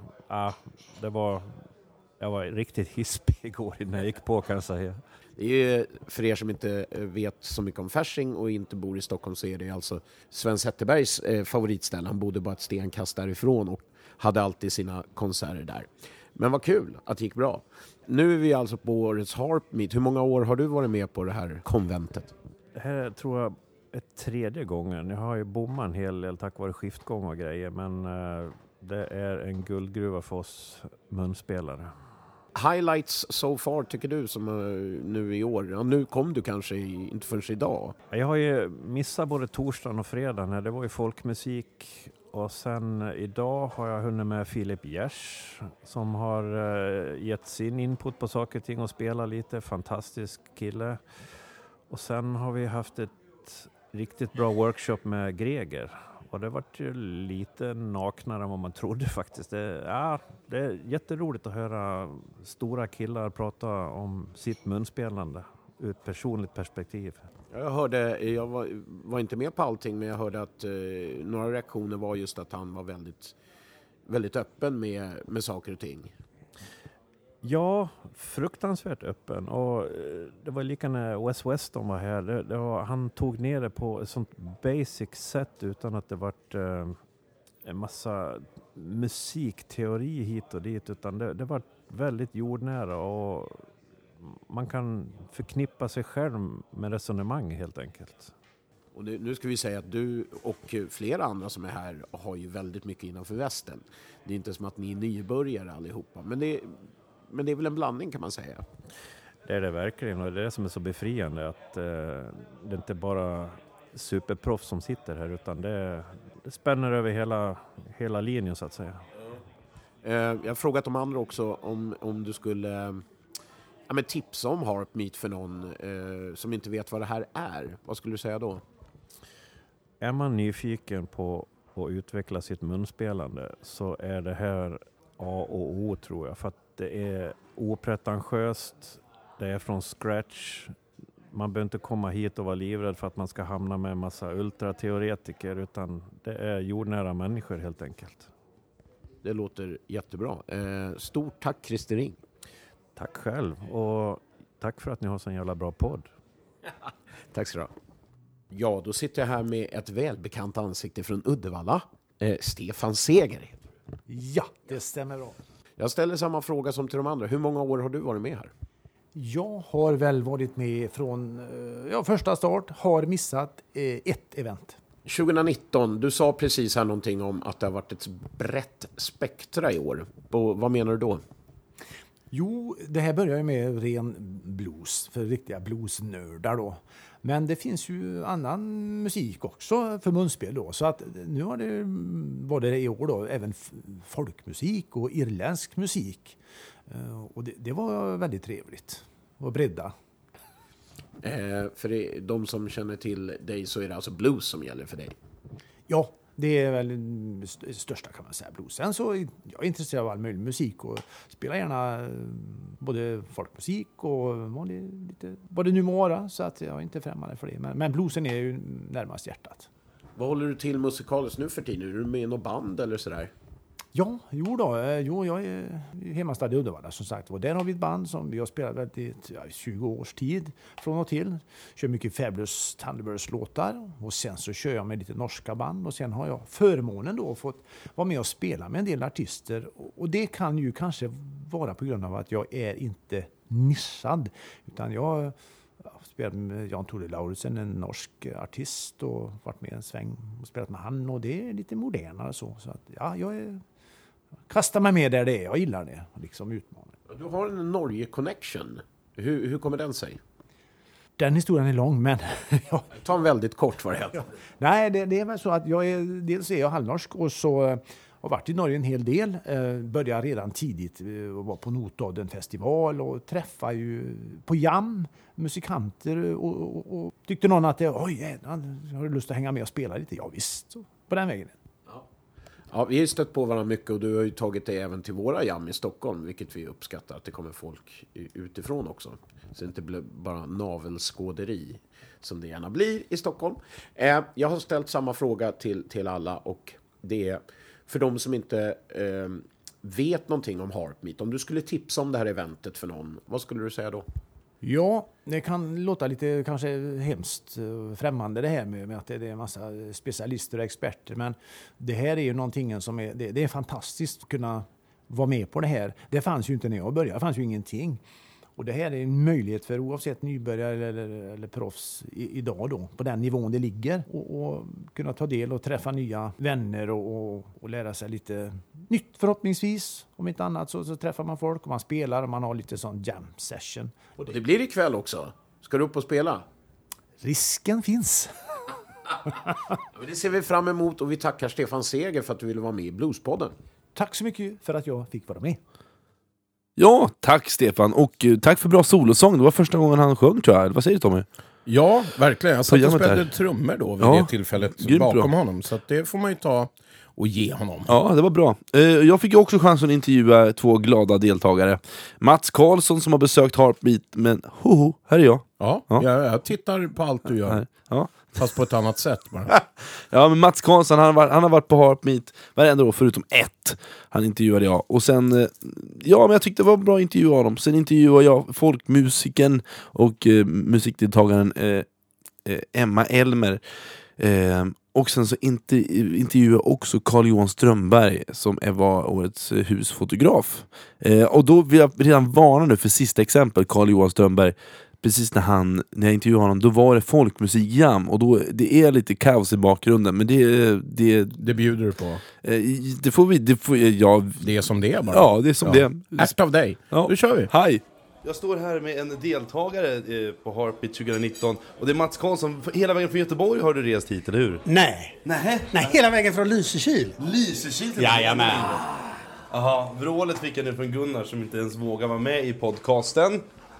var riktigt hispig igår innan jag gick på, kan jag säga. Det är ju, för er som inte vet så mycket om Fasching och inte bor i Stockholm, så är det alltså Sven Zetterbergs favoritställe. Han bodde bara ett stenkast därifrån och hade alltid sina konserter där. Men vad kul att det gick bra. Nu är vi alltså på årets Harp Meet. Hur många år har du varit med på det här konventet? Det här tror jag är 3:e gången. Jag har ju bommat en hel del tack vare skiftgång och grejer, men det är en guldgruva för oss munspelare. Highlights so far tycker du som nu i år? Ja, nu kom du kanske inte förrän idag. Jag har ju missat både torsdagen och fredagen. Det var ju folkmusik. Och sen idag har jag hunnit med Filip Gers som har gett sin input på saker och ting och spelat lite. Fantastisk kille. Och sen har vi haft ett riktigt bra workshop med Greger. Och det var ju lite naknare än vad man trodde faktiskt. Det är jätteroligt att höra stora killar prata om sitt munspelande ur ett personligt perspektiv. Jag hörde, jag var inte med på allting, men jag hörde att några reaktioner var just att han var väldigt, väldigt öppen med saker och ting. Ja, fruktansvärt öppen. Och det var lika när Wes Weston var här. Han tog ner det på ett sånt basic sätt utan att det vart en massa musikteori hit och dit. Utan det var väldigt jordnära och man kan förknippa sig själv med resonemang helt enkelt. Och nu ska vi säga att du och flera andra som är här har ju väldigt mycket innanför västen. Det är inte som att ni är nybörjare allihopa, men det är väl en blandning kan man säga. Det är det verkligen, och det är det som är så befriande att det är inte bara superproffs som sitter här, utan det spänner över hela linjen så att säga. Jag har frågat de andra också om du skulle tipsa om Harp Meet för någon som inte vet vad det här är. Vad skulle du säga då? Är man nyfiken på att utveckla sitt munspelande så är det här A och O, tror jag. För att det är opretentiöst, det är från scratch. Man behöver inte komma hit och vara livrädd för att man ska hamna med en massa ultrateoretiker, utan det är jordnära människor helt enkelt. Det låter jättebra. Stort tack Christer Ring. Tack själv, och tack för att ni har så en jävla bra podd. Tack så du ha. Ja, då sitter jag här med ett välbekant ansikte från Uddevalla. Stefan Seger. Ja, det stämmer bra. Jag ställer samma fråga som till de andra. Hur många år har du varit med här? Jag har väl varit med från första start, har missat ett event. 2019, du sa precis här någonting om att det har varit ett brett spektra i år. Vad menar du då? Jo, det här börjar ju med ren blues, för riktiga bluesnördar då. Men det finns ju annan musik också för munspel då. Så att nu har det både i år då även folkmusik och irländsk musik. Och det var väldigt trevligt och bredda. För de som känner till dig så är det alltså blues som gäller för dig? Ja, det är väl det största kan man säga, blues. Sen så är jag intresserad av all möjlig musik och spelar gärna både folkmusik och vad det nu må vara, så att jag är inte främmande för det. Men bluesen är ju närmast hjärtat. Vad håller du till musikaliskt nu för tiden? Är du med i något band eller sådär? Ja, jag är hemmastad i Uddevalla som sagt. Och där har vi ett band som vi har spelat i 20 års tid från och till. Kör mycket Fabulous Thunderbirds-låtar. Och sen så kör jag med lite norska band. Och sen har jag förmånen då fått vara med och spela med en del artister. Och det kan ju kanske vara på grund av att jag är inte nischad. Utan jag spelat med Jan Tore Lauritsen, en norsk artist. Och varit med en sväng och spelat med han. Och det är lite modernare så. Så att, ja, jag kastar mig med där det är. Jag gillar det. Liksom utmaning. Du har en Norge-connection. Hur kommer den sig? Den historien är lång, men... Ta en väldigt kort variant. Ja. Nej, det är väl så att dels är jag halvnorsk och så har varit i Norge en hel del. Började redan tidigt och var på Notodden festival och träffade ju på jam musikanter och tyckte någon att har du lust att hänga med och spela lite? Ja visst, så på den vägen. Ja, vi har stött på varandra mycket och du har ju tagit det även till våra jam i Stockholm, vilket vi uppskattar, att det kommer folk utifrån också. Så det inte blir bara navelskåderi som det gärna blir i Stockholm. Jag har ställt samma fråga till alla och det är för de som inte vet någonting om Harp Meet. Om du skulle tipsa om det här eventet för någon, vad skulle du säga då? Ja, det kan låta lite kanske hemskt främmande det här med att det är en massa specialister och experter. Men det här är ju någonting som det är fantastiskt att kunna vara med på det här. Det fanns ju inte när jag började, det fanns ju ingenting. Och det här är en möjlighet för oavsett nybörjare eller proffs idag då, på den nivån det ligger. Och kunna ta del och träffa nya vänner och lära sig lite nytt förhoppningsvis. Om inte annat så träffar man folk och man spelar och man har lite sån jam session. Och det blir ikväll också. Ska du upp och spela? Risken finns. Men det ser vi fram emot och vi tackar Stefan Seger för att du ville vara med i Bluespodden. Tack så mycket för att jag fick vara med. Ja, tack Stefan. Och tack för bra solosång. Det var första gången han sjöng, tror jag. Vad säger du, Tommy? Ja, verkligen. Jag satt och spelade trummor då vid det tillfället bakom bra. honom. Så att det får man ju ta och ge honom. Ja, det var bra. Jag fick ju också chansen att intervjua 2 glada deltagare. Mats Karlsson som har besökt Harp Meet, men här är jag. Ja. Jag tittar på allt du gör. Ja. Fast på ett annat sätt bara. Ja, men Mats Karlsson, han har varit på Harp Meet varenda år förutom ett. Han intervjuade jag. Och sen, men jag tyckte det var bra att intervjua honom. Sen intervjuade jag folkmusiken och musikdeltagaren Emma Elmer. Och sen så intervjuade också Carl-Johan Strömberg som var årets husfotograf. Och då vill jag redan varna nu för sista exempel, Carl-Johan Strömberg. Precis när jag intervjuade honom, då var det folkmusikjam och då det är lite kaos i bakgrunden, men det bjuder du på. Det är som det är bara. Ja, det är som det. Act of day. Ja. Nu kör vi. Hej. Jag står här med en deltagare på Harp Meet 2019 och det är Mats Karlsson. Hela vägen från Göteborg har du rest hit, eller hur? Nej, hela vägen från Lysekil. Lysekil? Jajamän. Jaha, vrålet fick jag nu från Gunnar som inte ens vågar vara med i podcasten.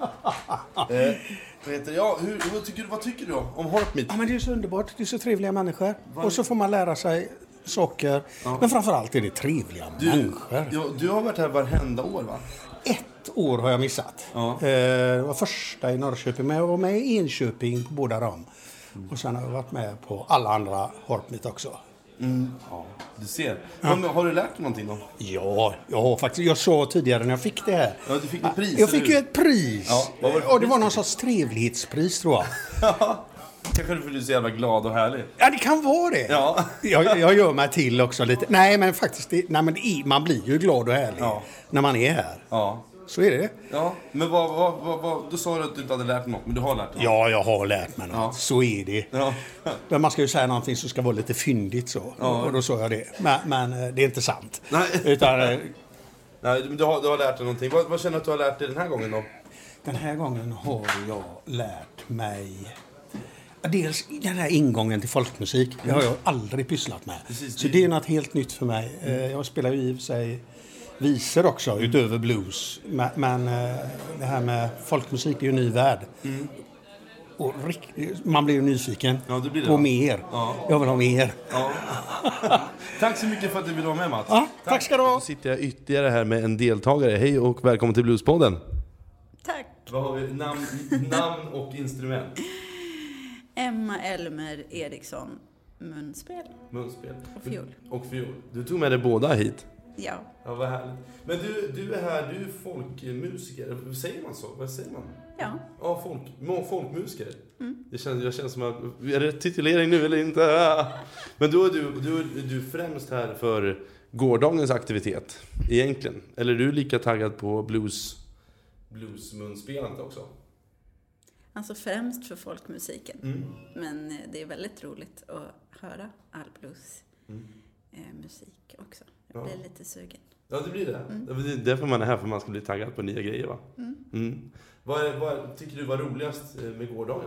Vad tycker du om Harp Meet? Ja, men det är så underbart, det är så trevliga människor. Och så får man lära sig saker. Ja. Men framförallt är det trevliga människor. Du har varit här varenda år, va? 1 år har jag missat. Ja. Det var första i Norrköping, men jag var med i Enköping på båda dem. Och sen har jag varit med på alla andra Harp Meet också. Ja, du ser. Ja. Har du lärt dig någonting då? Ja, jag har faktiskt. Jag sa tidigare när jag fick det här. Ja, du fick ett pris. Jag fick ju ett pris. Ja, det var någon sorts trevlighetspris, tror jag. Kanske för att du är så jävla glad och härlig. Ja, det kan vara det. Ja. Jag gör mig till också lite. Nej, men faktiskt, man blir ju glad och härlig när man är här. Ja. så är det. Ja, men då sa du att du inte hade lärt dig något, men du har lärt dig något. Ja, jag har lärt mig något. Ja. Så är det. Ja. Men man ska ju säga någonting som ska vara lite fyndigt så. Ja. Och då sa jag det. Men det är inte sant. Nej. Utan, Nej, du har lärt dig någonting. Vad känner du att du har lärt dig den här gången då? Den här gången har jag lärt mig... Dels den här ingången till folkmusik. Det har jag aldrig pysslat med. Precis, så det är något helt nytt för mig. Jag spelar ju i och för sig visor också, utöver blues. Men det här med folkmusik är ju en ny värld. Och man blir ju nyfiken på mer. Ja. Jag vill ha mer. Ja. Tack så mycket för att du ville vara med, Mats. Ja, tack ska du ha. Då sitter jag ytterligare här med en deltagare. Hej och välkommen till Bluespodden. Tack. Vad har vi? Namn och instrument. Emma Elmer Eriksson, munspel. Och fiol. Och fiol. Du tog med dig båda hit. Ja. Ja, vad härligt. Men du är här, du är folkmusiker. Säger man så? Vad säger man? Ja. Ja, folkmusiker. Jag känns som att... Är det titulering nu eller inte? Men då är du främst här för gårdagens aktivitet, egentligen. Eller är du lika taggad på bluesmunspelandet också? Alltså främst för folkmusiken. Men det är väldigt roligt att höra all bluesmusik också. Jag blir lite sugen. Ja, det blir det. Det är därför man är här, för man ska bli taggad på nya grejer, va? Vad tycker du var roligast med gårdagen?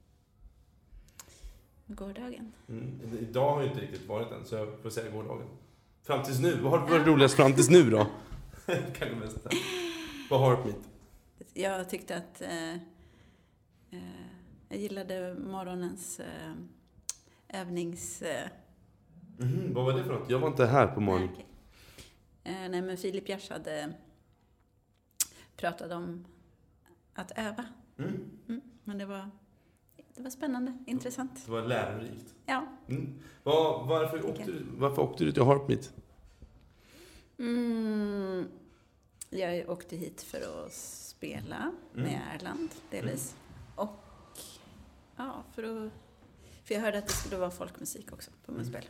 Gårdagen? Idag har ju inte riktigt varit än, så jag får säga gårdagen. Fram tills nu. Vad har varit roligast fram tills nu då? Kan du mest säga. Vad har du mitt? Jag tyckte att jag gillade morgonens övnings... Vad var det för något? Jag var inte här på morgonen. Nej, men Filip Gers hade pratat om att öva. Men det var spännande, intressant. Det var lärorikt. Ja. Varför åkte du till Harpmeet? Jag åkte hit för att spela med Erland, delvis. Och ja, för jag hörde att det skulle vara folkmusik också på munspel.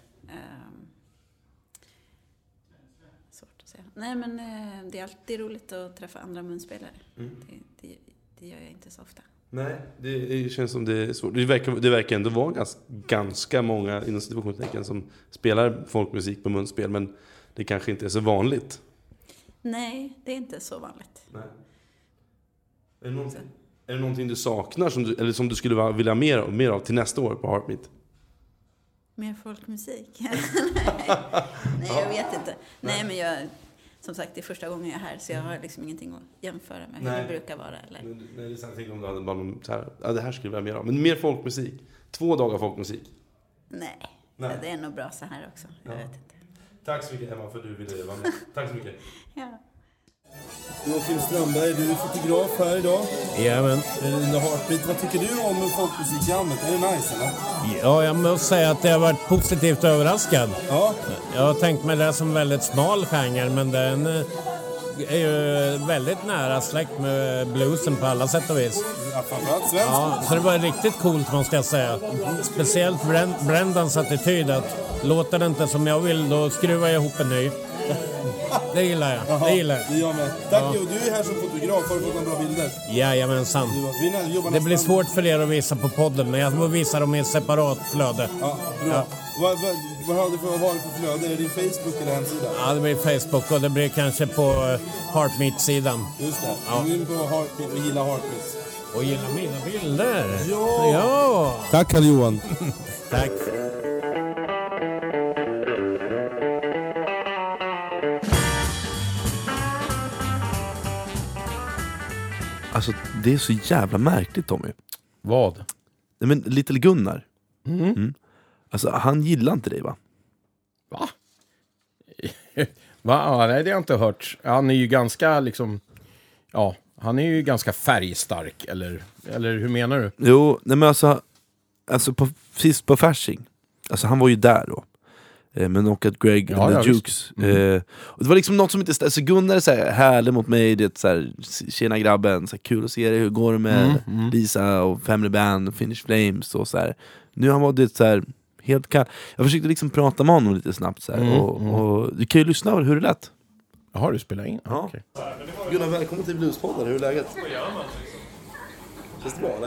Svårt att säga. Nej, men det är alltid roligt att träffa andra munspelare. Det gör jag inte så ofta. Nej, det känns som det är svårt. Det verkar ändå vara ganska många inom situationstecken som spelar folkmusik på munspel, men det kanske inte är så vanligt. Nej, det är inte så vanligt. Nej. Är det någonting du saknar eller som du skulle vilja mer av till nästa år på Harpmeet? Mer folkmusik? Nej, jag vet inte. Nej, men som sagt, det är första gången jag är här, så jag har liksom ingenting att jämföra med hur det brukar vara. Eller? Nej, det är sant om du hade bara så här, det här skulle jag vilja mer av. Men mer folkmusik. 2 dagar folkmusik. Nej. Det är nog bra så här också. Jag vet inte. Tack så mycket, Emma, för att du ville vara med. Tack så mycket. Ja. Joakim Strömberg, du är fotograf här idag. Jajamän. Harpmeet. Vad tycker du om folkmusik i allmänhet? Är det nice, eller? Ja, jag måste säga att jag har varit positivt överraskad. Ja. Jag har tänkt mig det som väldigt smal genre, men den är ju väldigt nära släkt med bluesen på alla sätt och vis. Ja, framförallt svensk. Ja, så det var riktigt coolt, måste jag säga. Speciellt Brendans attityd att låter det inte som jag vill, då skruvar jag ihop en ny. Det gillar jag. Jaha, det gillar jag. Det gör med. Tack, ja. Du är här som fotograf. Har du fått några bra bilder? Jajamensan. Det blir svårt för er att visa på podden, men jag får visa dem i ett separat flöde. Ja, bra. Ja. Vad har du för flöde? Är det din Facebook eller hemsida? Ja, det blir Facebook och det blir kanske på Harpmeet-sidan. Just det. Ja. Gå in på Harpmeet och gilla Harpmeet. Och gilla mina bilder. Ja! Tack, Karl-Johan. Tack. Alltså, det är så jävla märkligt, Tommy. Vad? Nej, men Little Gunnar. Alltså, han gillar inte dig, va? Va? Va? Nej, det har jag inte hört. Han är ju ganska liksom... Ja, han är ju ganska färgstark. Eller hur menar du? Jo, nej men alltså sist på Fasching. Alltså, han var ju där då. Men och att Greg och Jukes. Och det var liksom något som inte... Alltså Gunnar är så här härlig mot mig. Det är så här, tjena grabben, så här, kul att se dig. Hur går det med Lisa och Family Band, Finnish Flames och så här. Nu har han varit så här helt kall. Jag försökte liksom prata med honom lite snabbt så här, och du kan ju lyssna på hur det lät. Jaha, du spelar in? Ja. Okej. Gunnar, välkommen till Bluespodden. Hur är läget? Känns det bra, eller?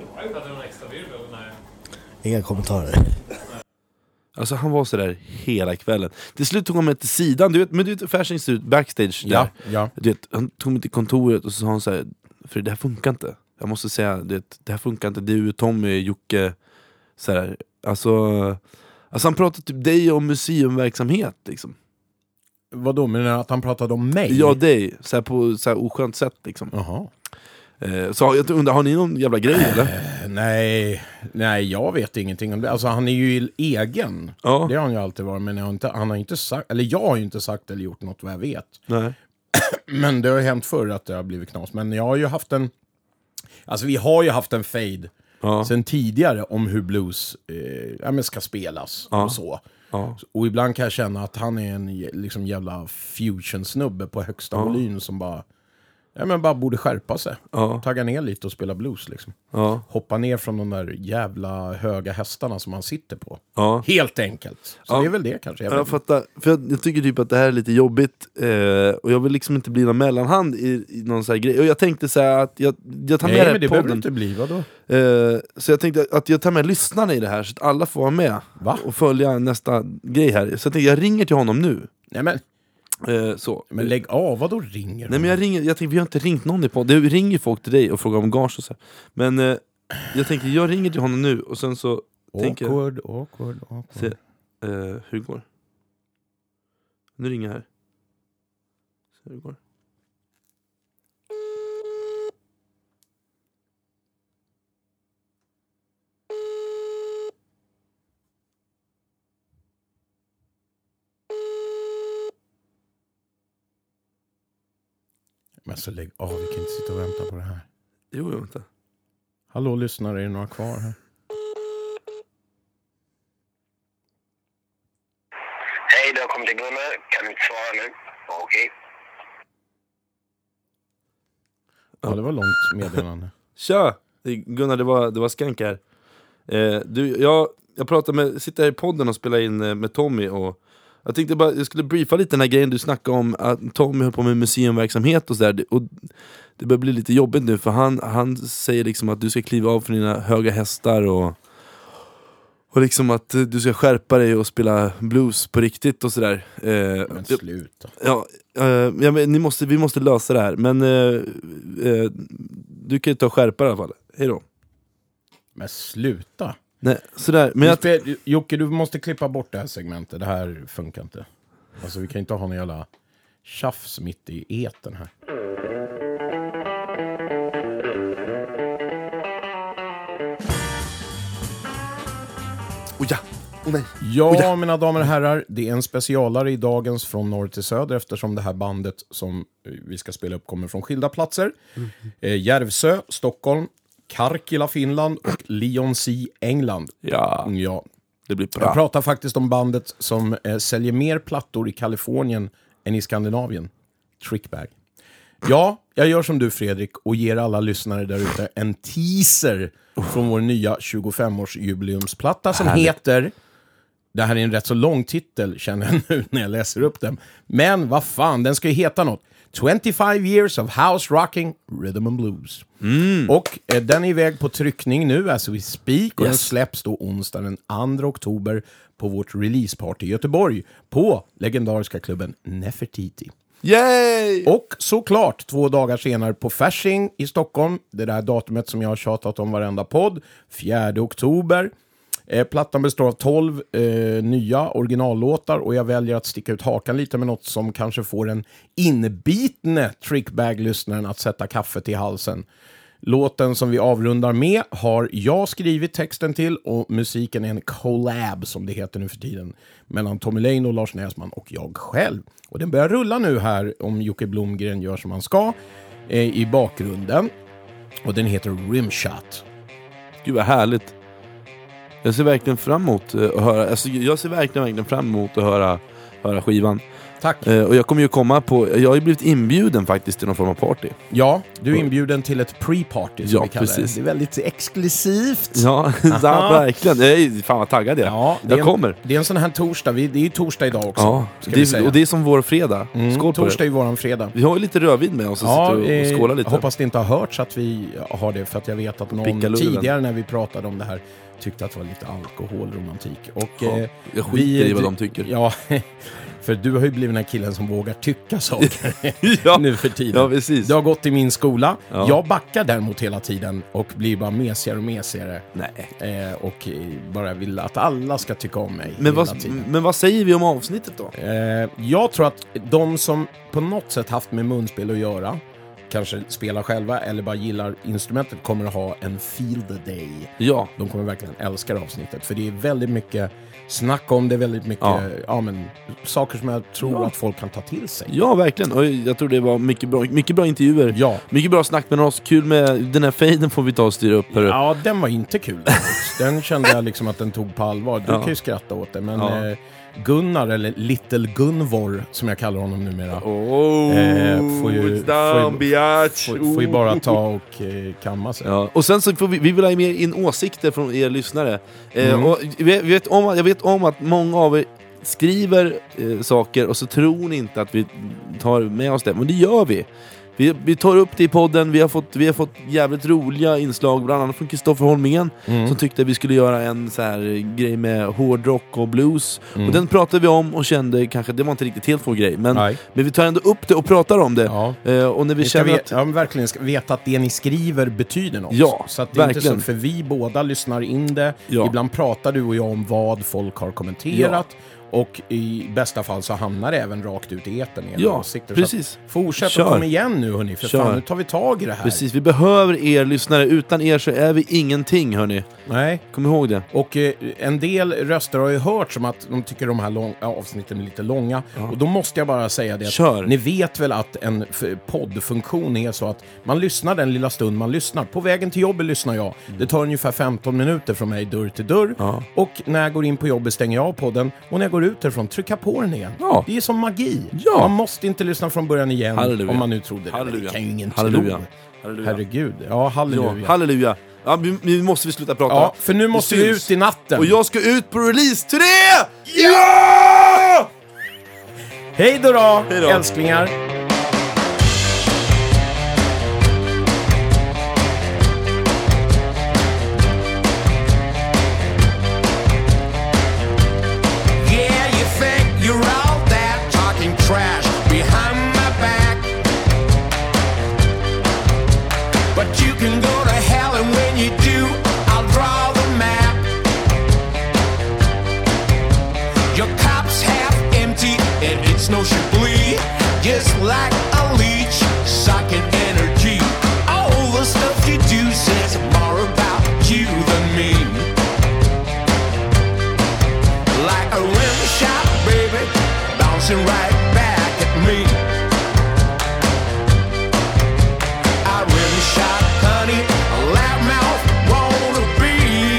Inga kommentarer. Alltså han var så där hela kvällen. Till slut tog han mig till sidan. Du vet Fasching ser ut backstage där. Ja, ja. Du vet, han tog mig till kontoret och så sa han så här: för det här funkar inte. Jag måste säga, det här funkar inte. Du, Tommy, Jocke så här. Alltså han pratade typ dig om museumverksamhet liksom. Vadå, menar du att han pratade om mig? Ja, dig. Så här på så här oskönt sätt liksom. Jaha. Så jag undrar, har ni någon jävla grej eller? Nej, jag vet ingenting om det. Alltså han är ju egen. Ja. Det har han ju alltid varit, men han har inte sagt, eller jag har ju inte sagt eller gjort något vad jag vet. Nej. Men det har ju hänt förr att det har blivit knas. Men jag har ju haft vi har ju haft en fade sen tidigare om hur blues ska spelas och så. Ja. Och ibland kan jag känna att han är en liksom jävla fusion-snubbe på högsta volym som bara borde skärpa sig. Tagga ner lite och spela blues liksom. Hoppa ner från de där jävla höga hästarna som han sitter på. Helt enkelt. Så det är väl det kanske. Jag fattar. För jag tycker typ att det här är lite jobbigt. Och jag vill liksom inte bli någon mellanhand i någon sån här grej. Och jag tänkte så här att jag tar med det här det podden. behöver inte bli, vadå? Så jag tänkte att jag tar med lyssnarna i det här så att alla får vara med. Och följa nästa grej här. Så jag tänkte jag ringer till honom nu. Nej men. Så. Men lägg av, vad då ringer? Nej men jag tänkte vi har inte ringt någon i på. Det ringer folk till dig och frågar om gage och så. Men jag tänkte jag ringer till honom nu och sen så tänker jag se, hur det går. Nu ringer jag här. Se hur det går. Men så lägg av, vi kan inte sitta och vänta på det här. Jo, jag väntar. Hallå lyssnare, är det några kvar här? Hej, du har kommit till Gunnar. Kan inte svara nu. Okej. Ja, det var långt meddelande. Tja! Gunnar, det var Skank här. Jag pratade sitter här i podden och spelar in med Tommy och jag tänkte bara, jag skulle briefa lite den här grejen du snackade om att Tommy höll på med museumverksamhet och sådär. Och det börjar bli lite jobbigt nu för han säger liksom att du ska kliva av från dina höga hästar och liksom att du ska skärpa dig och spela blues på riktigt och sådär. Men sluta. Vi måste lösa det här. Men du kan ju ta och skärpa i alla fall. Hej då. Men sluta. Nej, sådär. Men Jocke, du måste klippa bort det här segmentet. Det här funkar inte. Alltså vi kan inte ha någon jävla tjafs mitt i eten här. Ja, mina damer och herrar, det är en specialare i dagens Från norr till söder eftersom det här bandet som vi ska spela upp kommer från skilda platser. Järvsö, Stockholm, Karkila, Finland och Leigh, England. Ja, det blir bra. Jag pratar faktiskt om bandet som säljer mer plattor i Kalifornien än i Skandinavien. Trickbag. Ja, jag gör som du Fredrik och ger alla lyssnare där ute en teaser från vår nya 25-årsjubileumsplatta som heter... Det här är en rätt så lång titel känner jag nu när jag läser upp den. Men vad fan, den ska ju heta något. 25 years of house rocking, rhythm and blues. Och den är iväg på tryckning nu, as we speak. Och den släpps då onsdag den 2 oktober på vårt releaseparty i Göteborg på legendariska klubben Nefertiti. Yay! Och såklart 2 dagar senare på Fasching i Stockholm. Det där datumet som jag har tjatat om varenda podd. 4 oktober. Plattan består av 12 nya originallåtar och jag väljer att sticka ut hakan lite med något som kanske får en inbitne Trickbag-lyssnaren att sätta kaffet i halsen. Låten som vi avrundar med har jag skrivit texten till och musiken är en collab som det heter nu för tiden mellan Tommy Lane och Lars Näsman och jag själv. Och den börjar rulla nu här om Jocke Blomgren gör som han ska i bakgrunden och den heter Rimshot. Gud vad härligt. Jag ser verkligen fram emot att höra. Alltså, jag ser verkligen fram emot att höra skivan. Tack. Och jag kommer ju komma på, jag har ju blivit inbjuden faktiskt till någon form av party. Ja, du är inbjuden till ett pre-party som Ja, vi kallar precis. det. Det är väldigt exklusivt. Ja, verkligen. Jag är fan vad taggad jag. Ja, jag kommer. Det är en sån här torsdag, det är ju torsdag idag också. Ja, och det är som vår fredag. Skål på torsdag det. är ju våran fredag. Vi har ju lite rödvin med oss och sitter och skålar lite. Jag hoppas det inte har hörts att vi har det, för att jag vet att någon Pickalurven. tidigare när vi pratade om det här tyckte att det var lite alkoholromantik. Och jag skiter i vad de tycker. Ja, för du har ju blivit den här killen som vågar tycka saker nu för tiden. Ja, precis. Du har gått i min skola. Ja. Jag backar däremot hela tiden och blir bara mesigare och mesigare. Nej. Och bara vill att alla ska tycka om mig hela tiden. Men vad säger vi om avsnittet då? Jag tror att de som på något sätt haft med munspel att göra, kanske spelar själva eller bara gillar instrumentet, kommer att ha en field day. Ja. De kommer verkligen älska avsnittet, för det är väldigt mycket snack om det, väldigt mycket saker som jag tror att folk kan ta till sig. Ja, verkligen. Och jag tror det var mycket bra intervjuer. Ja. Mycket bra snack med oss. Kul med den här fejden får vi ta och styra upp. Ja, den var inte kul. Den kände jag liksom att den tog på allvar. Du kan ju skratta åt det, men Gunnar, eller Little Gunvor som jag kallar honom numera, får ju bara ta och kamma sig. Ja. Och sen så får vi vill ha mer in åsikter från er lyssnare. Och jag vet om att många av er skriver saker och så tror ni inte att vi tar med oss det, men det gör vi. Vi tar upp det i podden. Vi har fått jävligt roliga inslag, bland annat från Kristoffer Holmingen, som tyckte att vi skulle göra en så här grej med hårdrock och blues. Och den pratade vi om och kände kanske det var inte riktigt helt vår grej, men vi tar ändå upp det och pratar om det. Och när vi känner verkligen ska veta att det ni skriver betyder något. Ja, så att det är inte verkligen. så, för vi båda lyssnar in det. Ibland pratar du och jag om vad folk har kommenterat. Och i bästa fall så hamnar det även rakt ut i etern. Ja, åsikter. precis. Fortsätt att komma igen nu, hörni. För fan, nu tar vi tag i det här. Precis, vi behöver er lyssnare. Utan er så är vi ingenting, hörni. Nej. Kom ihåg det. Och en del röster har ju hört som att de tycker de här avsnitten är lite långa. Och då måste jag bara säga det att ni vet väl att en poddfunktion är så att man lyssnar den lilla stund man lyssnar. På vägen till jobbet lyssnar jag. Det tar ungefär 15 minuter från mig dörr till dörr. Och när jag går in på jobbet stänger jag av podden. Och när jag går ut därifrån, trycka på den igen. Det är som magi. Man måste inte lyssna från början igen. Halleluja. Om man nu trodde det. Halleluja. Det kan ju ingen Halleluja. tro. Halleluja. Herregud. Ja, halleluja. Ja, halleluja. Ja, vi måste sluta prata. Ja, för nu måste vi ut i natten. Och jag ska ut på release-turné! Ja! Hej då, älsklingar. Yeah, you think you're all that talking trash behind my back, but you can go to hell, and when you do, I'll draw the map. Your cup's half empty, and it's no Chablis, just like a leech sucking energy. All the stuff you do says more about you than me. Like a rim shot, baby, bouncing right back at me. A rim shot, honey, a loudmouth wanna be.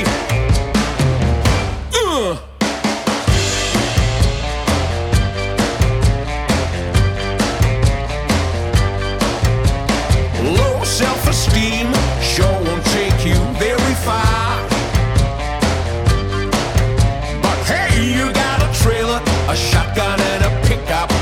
Low self-esteem sure won't take you very far. But hey, you got a trailer, a shotgun, and a pickup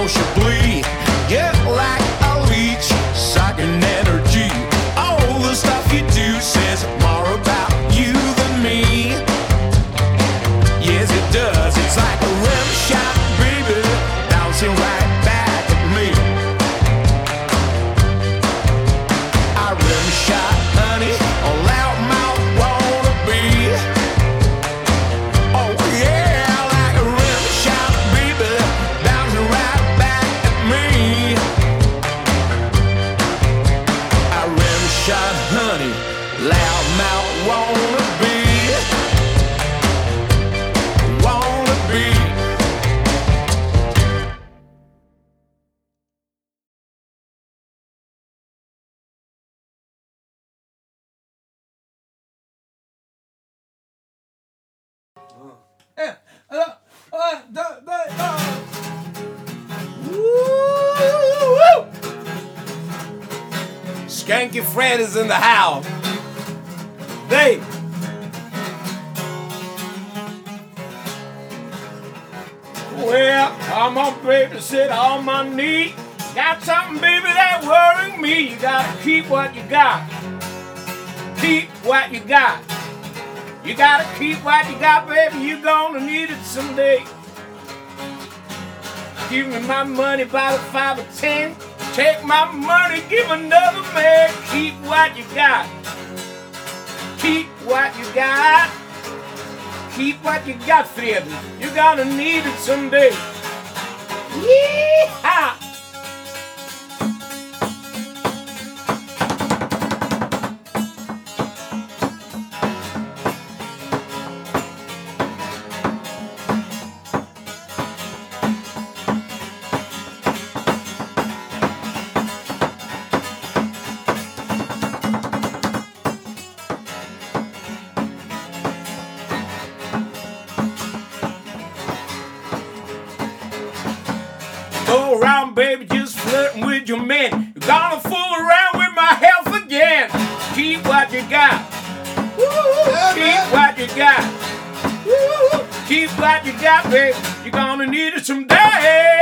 sociably. Just like a leech, sucking energy. All the stuff you do says more about you than me. Yes, it does. It's like a rim shot, baby, bouncing right back at me. I rim shot, honey, a loud mouth wanna be. Oh yeah, like a rim shot, baby, bouncing right back at me. I rim shot, honey, loud mouth wanna be. Wanna be. Skanky Fred is in the house. Dave. Well, come on, baby, sit on my knee. Got something, baby, that worrying me. You gotta keep what you got. Keep what you got. You gotta keep what you got, baby. You're gonna need it someday. Give me my money by the 5 or 10. Take my money, give another man. Keep what you got. Keep what you got. Keep what you got, Fred. You're gonna need it someday. Yeehaw! Go around, baby, just flirting with your men. You're gonna fool around with my health again. Keep what you got. Keep what you got. Keep what you got, baby. You're gonna need it someday.